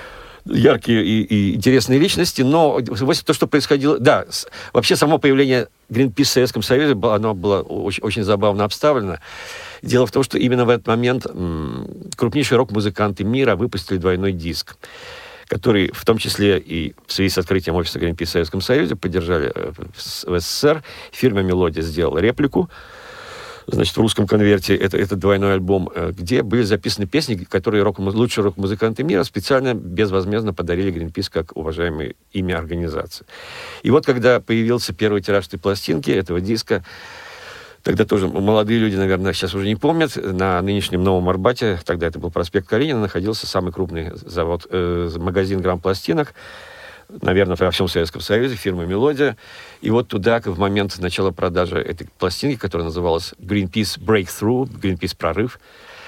Яркие и, и интересные личности, но то, что происходило... Да, с, вообще само появление Гринпис в Советском Союзе, оно было очень, очень забавно обставлено. Дело в том, что именно в этот момент м, крупнейшие рок-музыканты мира выпустили двойной диск, который в том числе и в связи с открытием офиса Гринпис в Советском Союзе поддержали в СССР. Фирма «Мелодия» сделала реплику, значит, в русском конверте, это, это двойной альбом, где были записаны песни, которые рок, лучшие рок-музыканты мира специально безвозмездно подарили Гринпис как уважаемое имя организации. И вот, когда появился первый тираж этой пластинки, этого диска, тогда тоже молодые люди, наверное, сейчас уже не помнят, на нынешнем Новом Арбате, тогда это был проспект Калинина, находился самый крупный завод, э, магазин грампластинок, наверное, во всем Советском Союзе, фирма «Мелодия». И вот туда, в момент начала продажи этой пластинки, которая называлась Greenpeace Breakthrough, Greenpeace Прорыв,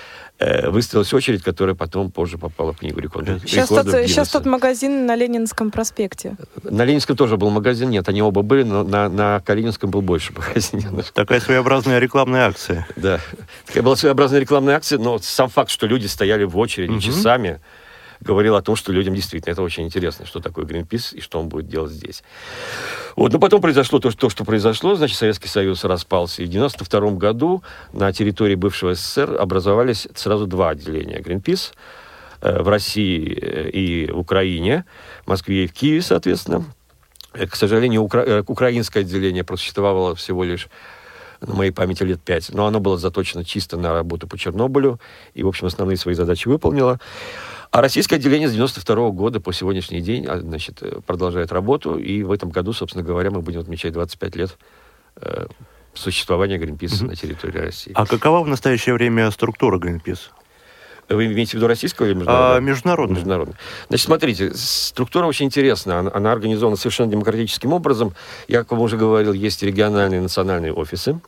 э, выставилась очередь, которая потом позже попала в книгу рекордов. Сейчас, тот, сейчас тот магазин на Ленинском проспекте. На Ленинском тоже был магазин, нет, они оба были, но на, на Калининском был больше магазин. Такая своеобразная рекламная акция. Да, такая была своеобразная рекламная акция, но сам факт, что люди стояли в очереди угу. часами, говорил о том, что людям действительно это очень интересно, что такое Greenpeace и что он будет делать здесь. Вот, но потом произошло то, что, то, что произошло. Значит, Советский Союз распался. И в девяносто втором году на территории бывшего СССР образовались сразу два отделения Greenpeace э, в России и в Украине, в Москве и в Киеве, соответственно. К сожалению, укра... украинское отделение просуществовало всего лишь, на моей памяти, лет пять. Но оно было заточено чисто на работу по Чернобылю и, в общем, основные свои задачи выполнило. А российское отделение с девяносто второго года по сегодняшний день, значит, продолжает работу. И в этом году, собственно говоря, мы будем отмечать двадцать пять лет э, существования Greenpeace mm-hmm. на территории России. А какова в настоящее время структура Greenpeace? Вы имеете в виду российского или международного? А, международного. Международного. Значит, смотрите, структура очень интересная. Она, она организована совершенно демократическим образом. Я, как уже говорил, есть региональные и национальные офисы.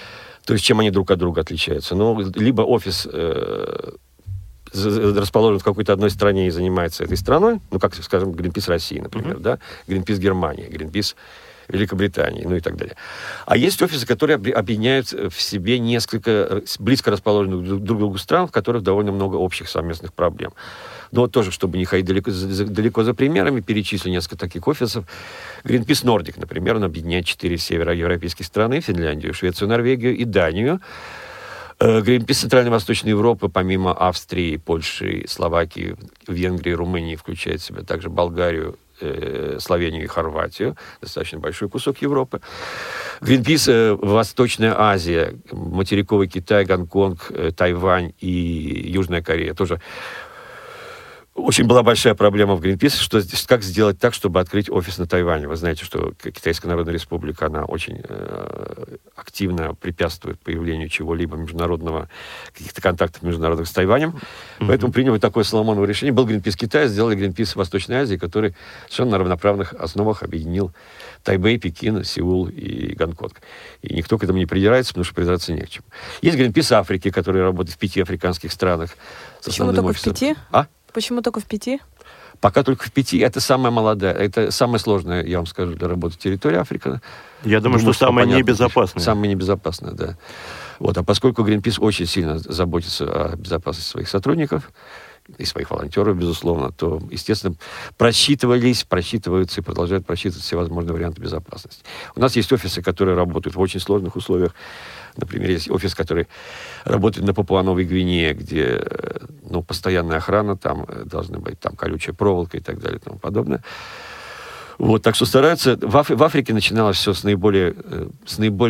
То есть, чем они друг от друга отличаются? Ну, либо офис... Э, расположен в какой-то одной стране и занимается этой страной, ну, как, скажем, Greenpeace России, например, mm-hmm. да, Greenpeace Германии, Greenpeace Великобритании, ну и так далее. А есть офисы, которые объединяют в себе несколько близко расположенных друг к другу стран, в которых довольно много общих совместных проблем. Но вот тоже, чтобы не ходить далеко, далеко за примерами, перечислю несколько таких офисов. Greenpeace Nordic, например, он объединяет четыре североевропейских страны, Финляндию, Швецию, Норвегию и Данию. Greenpeace Центральной и Восточной Европы, помимо Австрии, Польши, Словакии, Венгрии, Румынии, включает в себя также Болгарию, э, Словению и Хорватию. Достаточно большой кусок Европы. Greenpeace э, Восточная Азия, материковый Китай, Гонконг, э, Тайвань и Южная Корея. Тоже очень была большая проблема в Greenpeace, что, как сделать так, чтобы открыть офис на Тайване. Вы знаете, что Китайская Народная Республика, она очень э, активно препятствует появлению чего-либо международного, каких-то контактов международных с Тайванем. Mm-hmm. Поэтому приняли такое Соломоново решение. Был Greenpeace Китая, сделали Greenpeace Восточной Азии, который совершенно на равноправных основах объединил Тайбэй, Пекин, Сеул и Гонконг. И никто к этому не придирается, потому что придираться не к чему. Есть Greenpeace Африки, который работает в пяти африканских странах. Почему только офисом. В пяти? А? Почему только в пяти? Пока только в пяти. Это самая молодая, это самая сложная, я вам скажу, для работы территория Африки. Я думаю, думаю что, что самая небезопасная. Самая небезопасная, да. Вот. А поскольку Greenpeace очень сильно заботится о безопасности своих сотрудников и своих волонтеров, безусловно, то, естественно, просчитывались, просчитываются и продолжают просчитывать все возможные варианты безопасности. У нас есть офисы, которые работают в очень сложных условиях. Например, есть офис, который работает на Папуа-Новой Гвинее, где ну, постоянная охрана, там должна быть там, колючая проволока и так далее и тому подобное. Вот, так что стараются... В, Аф... в Африке начиналось все с наиболее, с наиболее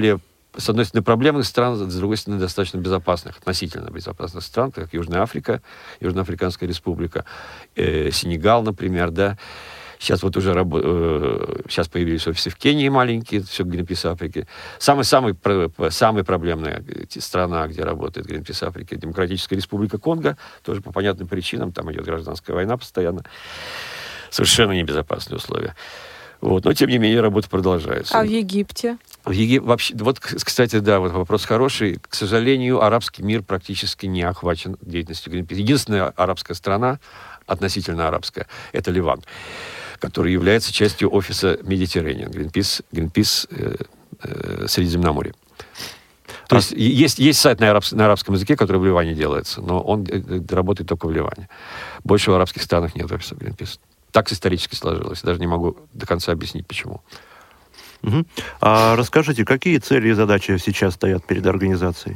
с одной стороны, проблемных стран, с другой стороны, достаточно безопасных, относительно безопасных стран, как Южная Африка, Южноафриканская республика, э, Сенегал, например, да. Сейчас вот уже рабо- э, сейчас появились офисы в Кении маленькие, все Greenpeace Африки. Самая-самая самая проблемная страна, где работает Greenpeace Африки, Демократическая Республика Конго, тоже по понятным причинам, там идет гражданская война постоянно. Совершенно небезопасные условия. Вот. Но, тем не менее, работа продолжается. А в Египте? В Египте вообще, вот, кстати, да, вот вопрос хороший. К сожалению, арабский мир практически не охвачен деятельностью Greenpeace. Единственная арабская страна, относительно арабская, это Ливан, который является частью офиса Mediterranean, Greenpeace, Greenpeace э, э, Средиземноморье. То а... есть, есть есть сайт на, араб, на арабском языке, который в Ливане делается, но он э, работает только в Ливане. Больше в арабских странах нет офиса Greenpeace. Так исторически сложилось. Даже не могу до конца объяснить, почему. Угу. А расскажите, какие цели и задачи сейчас стоят перед организацией?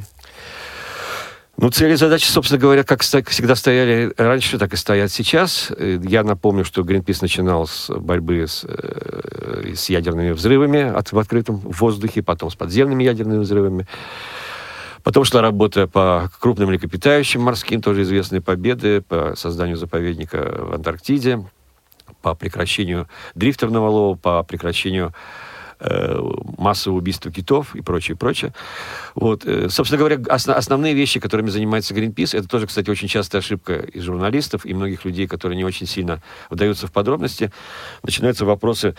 Ну, цели и задачи, собственно говоря, как всегда стояли раньше, так и стоят сейчас. Я напомню, что Greenpeace начинал с борьбы с, с ядерными взрывами от, в открытом воздухе, потом с подземными ядерными взрывами. Потом шла работа по крупным млекопитающим морским, тоже известные победы, по созданию заповедника в Антарктиде, по прекращению дрифтерного лова, по прекращению э, массового убийства китов и прочее, прочее. Вот. Собственно говоря, основ, основные вещи, которыми занимается Greenpeace, это тоже, кстати, очень частая ошибка и журналистов, и многих людей, которые не очень сильно вдаются в подробности. Начинаются вопросы,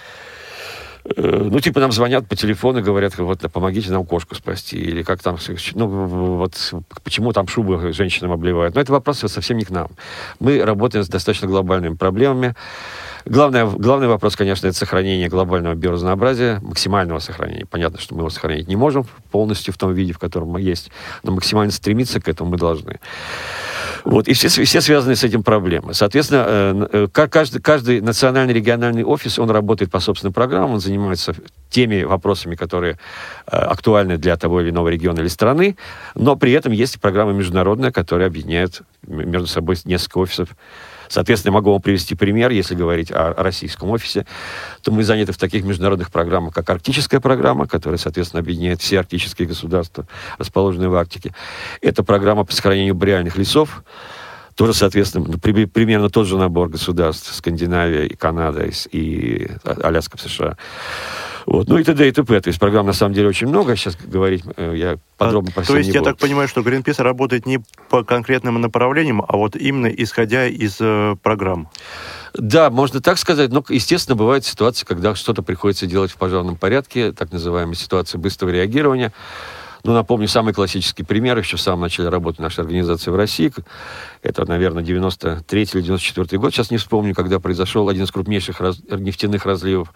э, ну, типа нам звонят по телефону и говорят, вот, помогите нам кошку спасти, или как там, ну, вот, почему там шубы женщинам обливают. Но это вопросы совсем не к нам. Мы работаем с достаточно глобальными проблемами. Главное, главный вопрос, конечно, это сохранение глобального биоразнообразия, максимального сохранения. Понятно, что мы его сохранить не можем полностью в том виде, в котором мы есть, но максимально стремиться к этому мы должны. Вот, и все, все связаны с этим проблемы. Соответственно, каждый, каждый национальный региональный офис, он работает по собственным программам, он занимается теми вопросами, которые актуальны для того или иного региона или страны, но при этом есть программа международная, которая объединяет между собой несколько офисов. Соответственно, я могу вам привести пример, если говорить о российском офисе, то мы заняты в таких международных программах, как Арктическая программа, которая, соответственно, объединяет все арктические государства, расположенные в Арктике. Это программа по сохранению бореальных лесов, тоже, соответственно, при, примерно тот же набор государств, Скандинавия и Канада, и, и Аляска в США. Вот. Ну и т.д. и т.п. То есть программ на самом деле очень много. Сейчас говорить я подробно по всем То есть не я буду. так понимаю, что Greenpeace работает не по конкретным направлениям, а вот именно исходя из э, программ. Да, можно так сказать, но, естественно, бывают ситуации, когда что-то приходится делать в пожарном порядке, так называемая ситуация быстрого реагирования. Ну, напомню, самый классический пример еще в самом начале работы нашей организации в России. Это, наверное, девяносто третий или девяносто четвёртый год. Сейчас не вспомню, когда произошел один из крупнейших раз... нефтяных разливов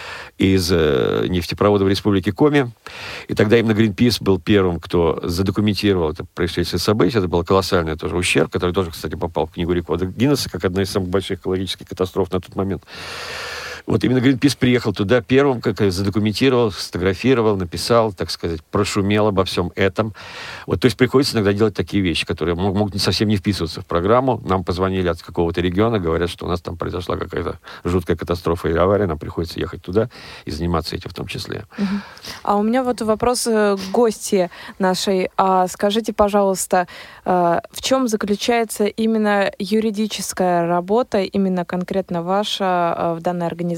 из э, нефтепровода в Республике Коми. И тогда именно Greenpeace был первым, кто задокументировал это происшествие события. Это был колоссальный тоже ущерб, который тоже, кстати, попал в книгу рекордов Гиннесса как одна из самых больших экологических катастроф на тот момент. Вот именно Greenpeace приехал туда первым, как задокументировал, сфотографировал, написал, так сказать, прошумел обо всем этом. Вот, то есть приходится иногда делать такие вещи, которые могут, могут совсем не вписываться в программу. Нам позвонили от какого-то региона, говорят, что у нас там произошла какая-то жуткая катастрофа или авария, нам приходится ехать туда и заниматься этим в том числе. Uh-huh. А у меня вот вопрос к гости нашей. А скажите, пожалуйста, в чем заключается именно юридическая работа, именно конкретно ваша в данной организации?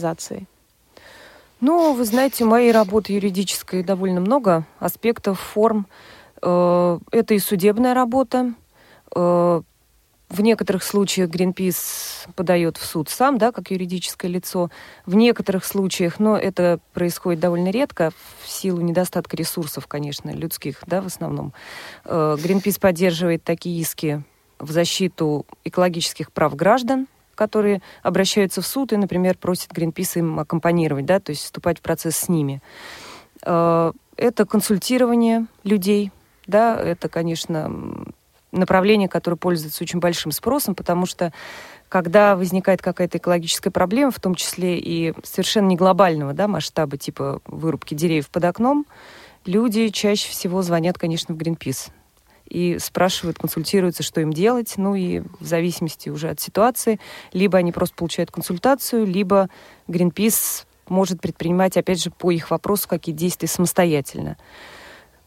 Ну, вы знаете, у моей работы юридической довольно много аспектов, форм. Это и судебная работа. В некоторых случаях Greenpeace подает в суд сам, да, как юридическое лицо. В некоторых случаях, но это происходит довольно редко, в силу недостатка ресурсов, конечно, людских, да, в основном. Greenpeace поддерживает такие иски в защиту экологических прав граждан, которые обращаются в суд и, например, просят Greenpeace им аккомпанировать, да, то есть вступать в процесс с ними. Это консультирование людей, да, это, конечно, направление, которое пользуется очень большим спросом, потому что когда возникает какая-то экологическая проблема, в том числе и совершенно не глобального, да, масштаба, типа вырубки деревьев под окном, люди чаще всего звонят, конечно, в Greenpeace и спрашивают, консультируются, что им делать. Ну и в зависимости уже от ситуации, либо они просто получают консультацию, либо Greenpeace может предпринимать, опять же, по их вопросу какие-то действия самостоятельно.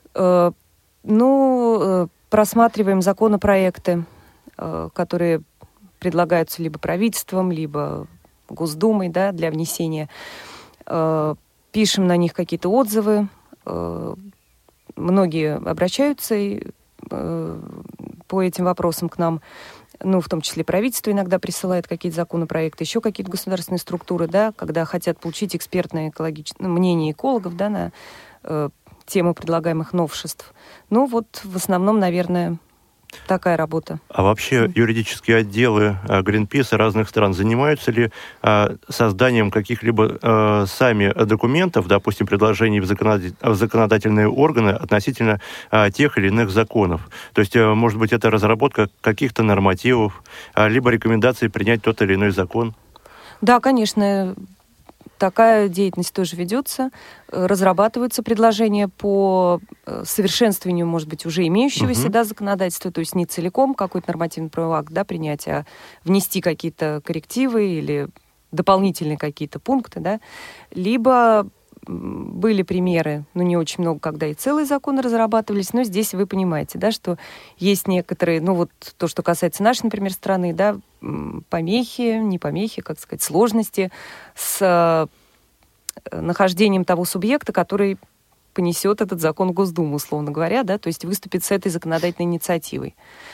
Э, ну, э, просматриваем законопроекты, э, которые предлагаются либо правительством, либо Госдумой, да, для внесения. Э, пишем на них какие-то отзывы. Э, многие обращаются и, э, по этим вопросам к нам. Ну, в том числе правительство иногда присылает какие-то законопроекты, еще какие-то государственные структуры, да, когда хотят получить экспертное экологическое мнение экологов, да, на э, тему предлагаемых новшеств. Ну, вот в основном, наверное, такая работа. А вообще юридические отделы Greenpeace разных стран занимаются ли а, созданием каких-либо а, сами документов, допустим, предложений в, законодатель, в законодательные органы относительно а, тех или иных законов? То есть, а, может быть, это разработка каких-то нормативов, а, либо рекомендации принять тот или иной закон? Да, конечно. Такая деятельность тоже ведется. Разрабатываются предложения по совершенствованию, может быть, уже имеющегося uh-huh. да, законодательства, то есть не целиком какой-то нормативный правовой акт да, принять, а внести какие-то коррективы или дополнительные какие-то пункты. Да. Либо были примеры, ну, не очень много, когда и целые законы разрабатывались, но здесь вы понимаете, да, что есть некоторые, ну, вот то, что касается нашей, например, страны, да, помехи, не помехи, как сказать, сложности с нахождением того субъекта, который понесет этот закон в Госдуму, условно говоря, да, то есть выступит с этой законодательной инициативой.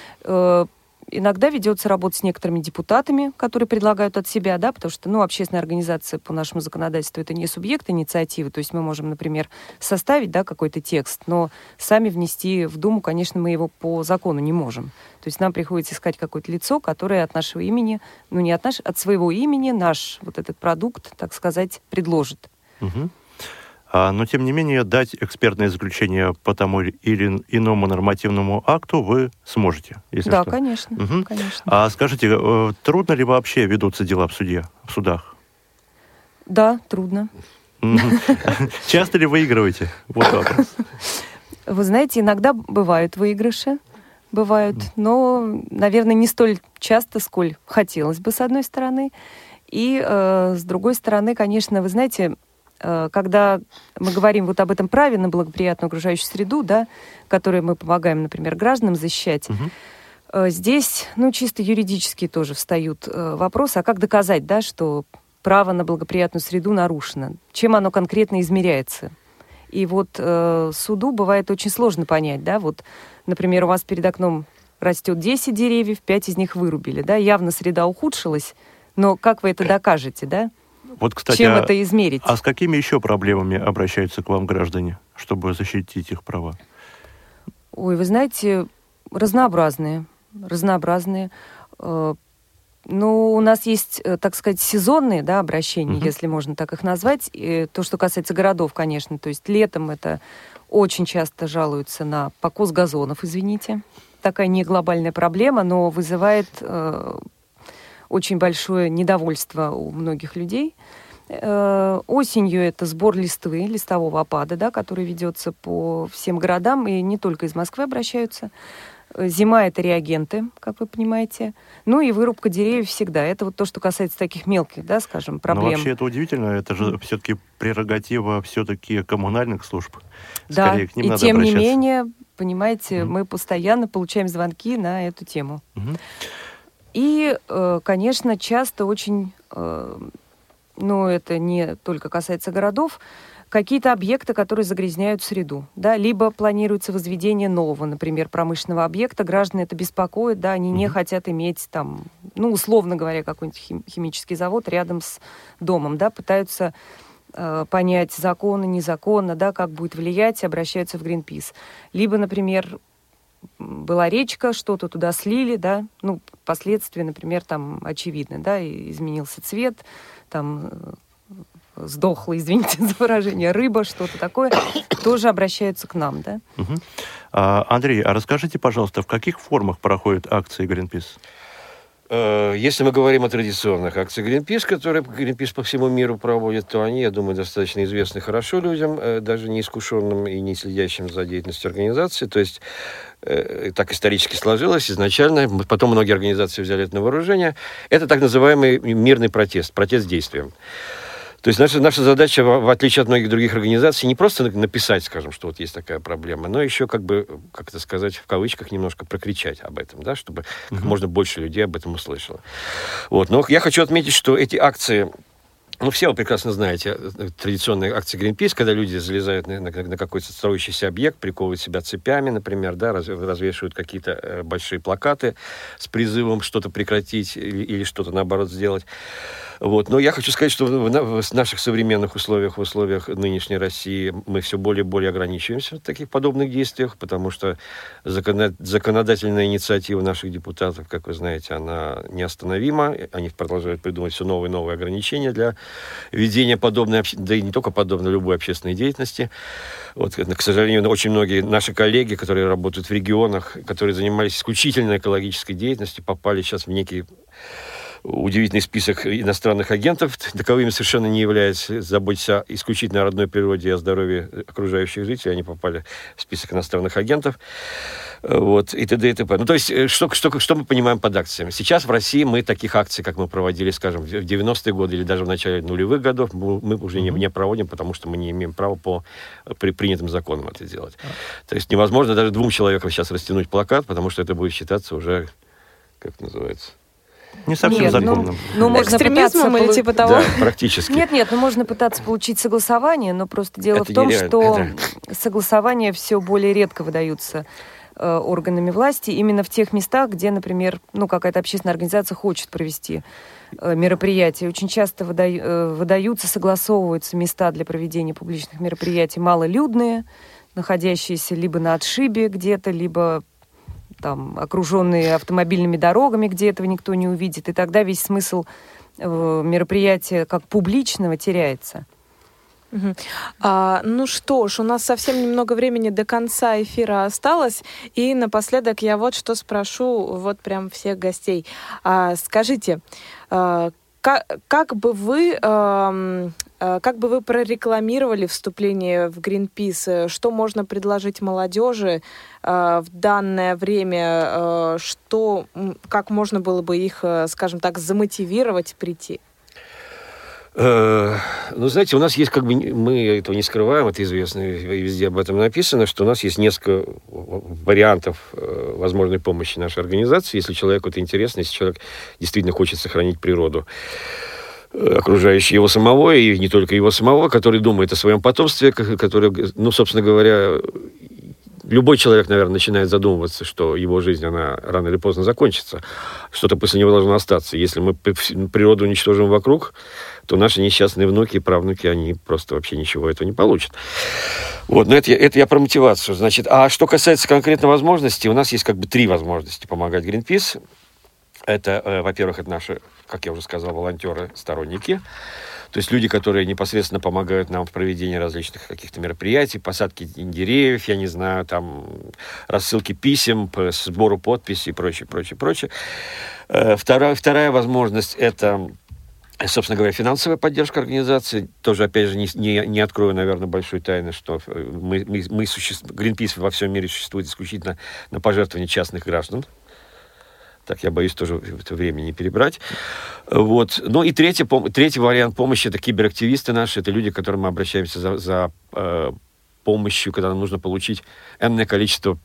Иногда ведется работа с некоторыми депутатами, которые предлагают от себя, да, потому что, ну, общественная организация по нашему законодательству это не субъект инициативы, то есть мы можем, например, составить, да, какой-то текст, но сами внести в Думу, конечно, мы его по закону не можем. То есть нам приходится искать какое-то лицо, которое от нашего имени, ну, не от нашего, от своего имени наш вот этот продукт, так сказать, предложит. Угу. Но, тем не менее, дать экспертное заключение по тому или иному нормативному акту вы сможете, если да, что. конечно, угу. конечно. А скажите, трудно ли вообще ведутся дела в суде, в судах? Да, трудно. Часто ли выигрываете? Вот вопрос. Вы знаете, иногда бывают выигрыши, бывают, но, наверное, не столь часто, сколь хотелось бы, с одной стороны. И, с другой стороны, конечно, вы знаете, когда мы говорим вот об этом праве на благоприятную окружающую среду, да, которое мы помогаем, например, гражданам защищать, угу. здесь, ну, чисто юридически тоже встают вопросы, а как доказать, да, что право на благоприятную среду нарушено? Чем оно конкретно измеряется? И вот э, суду бывает очень сложно понять, да, вот, например, у вас перед окном растет десять деревьев, пять из них вырубили, да, явно среда ухудшилась, но как вы это докажете, да? Вот, кстати, чем а, это измерить? А с какими еще проблемами обращаются к вам граждане, чтобы защитить их права? Ой, вы знаете, разнообразные. Разнообразные. Ну, у нас есть, так сказать, сезонные, да, обращения, uh-huh. если можно так их назвать. И то, что касается городов, конечно. То есть летом это очень часто жалуются на покос газонов, извините. Такая не глобальная проблема, но вызывает... очень большое недовольство у многих людей. Э, осенью это сбор листвы, листового опада, да, который ведется по всем городам, и не только из Москвы обращаются. Зима — это реагенты, как вы понимаете. Ну и вырубка деревьев всегда. Это вот то, что касается таких мелких, да, скажем, проблем. Но вообще это удивительно. Это же все-таки прерогатива все-таки коммунальных служб. Да, скорее, к ним и надо тем обращаться. не менее, понимаете, Mm-hmm. мы постоянно получаем звонки на эту тему. Mm-hmm. И, конечно, часто очень, ну, это не только касается городов, какие-то объекты, которые загрязняют среду, да, либо планируется возведение нового, например, промышленного объекта, граждан это беспокоит, да, они mm-hmm. не хотят иметь там, ну, условно говоря, какой-нибудь хим- химический завод рядом с домом, да, пытаются э, понять, законно, незаконно, да, как будет влиять, обращаются в Greenpeace. Либо, например, была речка, что-то туда слили, да, ну, последствия, например, там очевидны, да, и изменился цвет, там сдохла, извините за выражение, рыба, что-то такое, тоже обращаются к нам, да. Угу. А, Андрей, а расскажите, пожалуйста, в каких формах проходят акции Greenpeace? Если мы говорим о традиционных акциях Greenpeace, которые Greenpeace по всему миру проводит, то они, я думаю, достаточно известны хорошо людям, даже неискушенным и не следящим за деятельностью организации. То есть так исторически сложилось изначально, потом многие организации взяли это на вооружение. Это так называемый мирный протест, протест действием. То есть наша, наша задача, в, в отличие от многих других организаций, не просто написать, скажем, что вот есть такая проблема, но еще как бы, как это сказать, в кавычках немножко прокричать об этом, да, чтобы как можно больше людей об этом услышало. Вот. Но я хочу отметить, что эти акции... Ну, все вы прекрасно знаете традиционные акции Greenpeace, когда люди залезают на, на, на какой-то строящийся объект, приковывают себя цепями, например, да, раз, развешивают какие-то э, большие плакаты с призывом что-то прекратить или, или что-то, наоборот, сделать. Вот. Но я хочу сказать, что в, в, в наших современных условиях, в условиях нынешней России мы все более и более ограничиваемся в таких подобных действиях, потому что закон, законодательная инициатива наших депутатов, как вы знаете, она неостановима. Они продолжают придумывать все новые и новые ограничения для ведения подобной, да и не только подобной, любой общественной деятельности. Вот, к сожалению, очень многие наши коллеги, которые работают в регионах, которые занимались исключительно экологической деятельностью, попали сейчас в некий удивительный список иностранных агентов. Таковыми совершенно не являются, заботятся исключительно о родной природе и о здоровье окружающих жителей. Они попали в список иностранных агентов. Вот, и т.д. и т.п. Ну, то есть, что, что, что мы понимаем под акциями? Сейчас в России мы таких акций, как мы проводили, скажем, в девяностые годы или даже в начале нулевых годов, мы уже не, не проводим, потому что мы не имеем права по при, принятым законам это делать. То есть, невозможно даже двум человекам сейчас растянуть плакат, потому что это будет считаться уже, как называется... Не совсем нет, законным. Ну, ну, экстремизмом или типа того? Да, практически. Нет, нет, ну можно пытаться получить согласование, но просто дело это в том, нереально. что это... согласования все более редко выдаются э, органами власти, именно в тех местах, где, например, ну, какая-то общественная организация хочет провести э, мероприятие. Очень часто выда... э, выдаются, согласовываются места для проведения публичных мероприятий малолюдные, находящиеся либо на отшибе где-то, либо там, окруженные автомобильными дорогами, где этого никто не увидит. И тогда весь смысл э, мероприятия как публичного теряется. Угу. А, ну что ж, у нас совсем немного времени до конца эфира осталось. И напоследок я вот что спрошу вот прям всех гостей. А, скажите, а, как, как бы вы... А, Как бы вы прорекламировали вступление в Greenpeace? Что можно предложить молодежи э, в данное время? Э, что, как можно было бы их, э, скажем так, замотивировать прийти? Э, ну, знаете, у нас есть, как бы, мы этого не скрываем, это известно, и везде об этом написано, что у нас есть несколько вариантов э, возможной помощи нашей организации, если человеку это интересно, если человек действительно хочет сохранить природу окружающие его самого, и не только его самого, который думает о своем потомстве, который, ну, собственно говоря, любой человек, наверное, начинает задумываться, что его жизнь, она рано или поздно закончится. Что-то после него должно остаться. Если мы природу уничтожим вокруг, то наши несчастные внуки и правнуки, они просто вообще ничего этого не получат. Вот, но это, это я про мотивацию. Значит, а что касается конкретно возможностей, у нас есть как бы три возможности помогать Greenpeace. Это, э, во-первых, это наши, как я уже сказал, волонтеры, сторонники. То есть люди, которые непосредственно помогают нам в проведении различных каких-то мероприятий, посадки деревьев, я не знаю, там, рассылки писем, по сбору подписей и прочее, прочее, прочее. Э, вторая, вторая возможность – это, собственно говоря, финансовая поддержка организации. Тоже, опять же, не, не, не открою, наверное, большой тайны, что мы, мы, мы суще... Greenpeace во всем мире существует исключительно на пожертвования частных граждан. Так, я боюсь тоже это время не перебрать. Вот. Ну и третий, пом- третий вариант помощи – это киберактивисты наши. Это люди, к которым мы обращаемся за, за э, помощью, когда нам нужно получить энное количество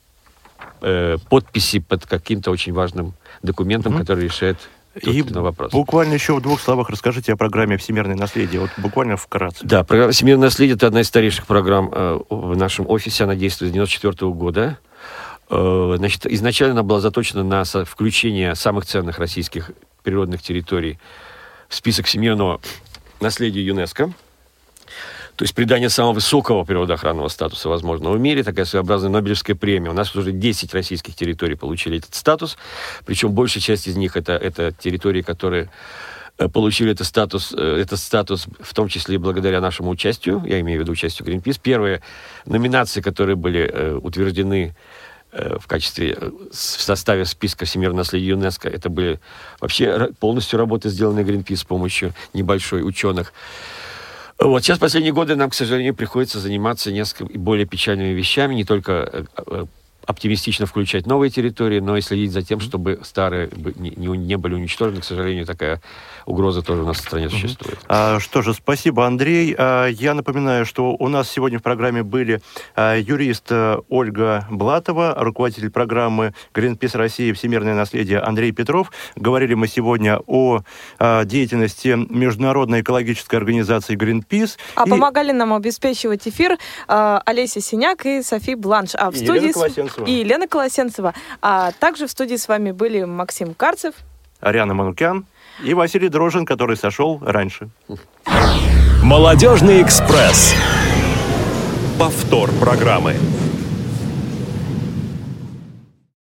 э, подписей под каким-то очень важным документом, mm-hmm. который решает тот или иной вопрос. Буквально еще в двух словах расскажите о программе «Всемирное наследие». Вот буквально вкратце. Да, программа «Всемирное наследие» – это одна из старейших программ э, в нашем офисе. Она действует с девяносто четвёртого года. Значит, изначально она была заточена на включение самых ценных российских природных территорий в список всемирного наследия ЮНЕСКО. То есть придание самого высокого природоохранного статуса возможного в мире, такая своеобразная Нобелевская премия. У нас уже десять российских территорий получили этот статус, причем большая часть из них это, это территории, которые получили этот статус, этот статус, в том числе и благодаря нашему участию, я имею в виду участию Greenpeace. Первые номинации, которые были э, утверждены в качестве, в составе списка всемирного наследия ЮНЕСКО. Это были вообще полностью работы, сделанные Greenpeace с помощью небольшой ученых. Вот. Сейчас, в последние годы, нам, к сожалению, приходится заниматься несколько более печальными вещами, не только оптимистично включать новые территории, но и следить за тем, чтобы старые не, не были уничтожены. К сожалению, такая угроза тоже у нас в стране существует. А, что же, спасибо, Андрей. А, я напоминаю, что у нас сегодня в программе были а, юрист а, Ольга Блатова, руководитель программы Greenpeace России «Всемирное наследие» Андрей Петров. Говорили мы сегодня о а, деятельности международной экологической организации Greenpeace. А и... помогали нам обеспечивать эфир а, Олеся Синяк и Софи Бланш. А в и студии... Елена Колосенцева. И Елена Колосенцева. А также в студии с вами были Максим Карцев, Ариана Манукян и Василий Дрожжин, который сошел раньше. Молодежный экспресс. Повтор программы.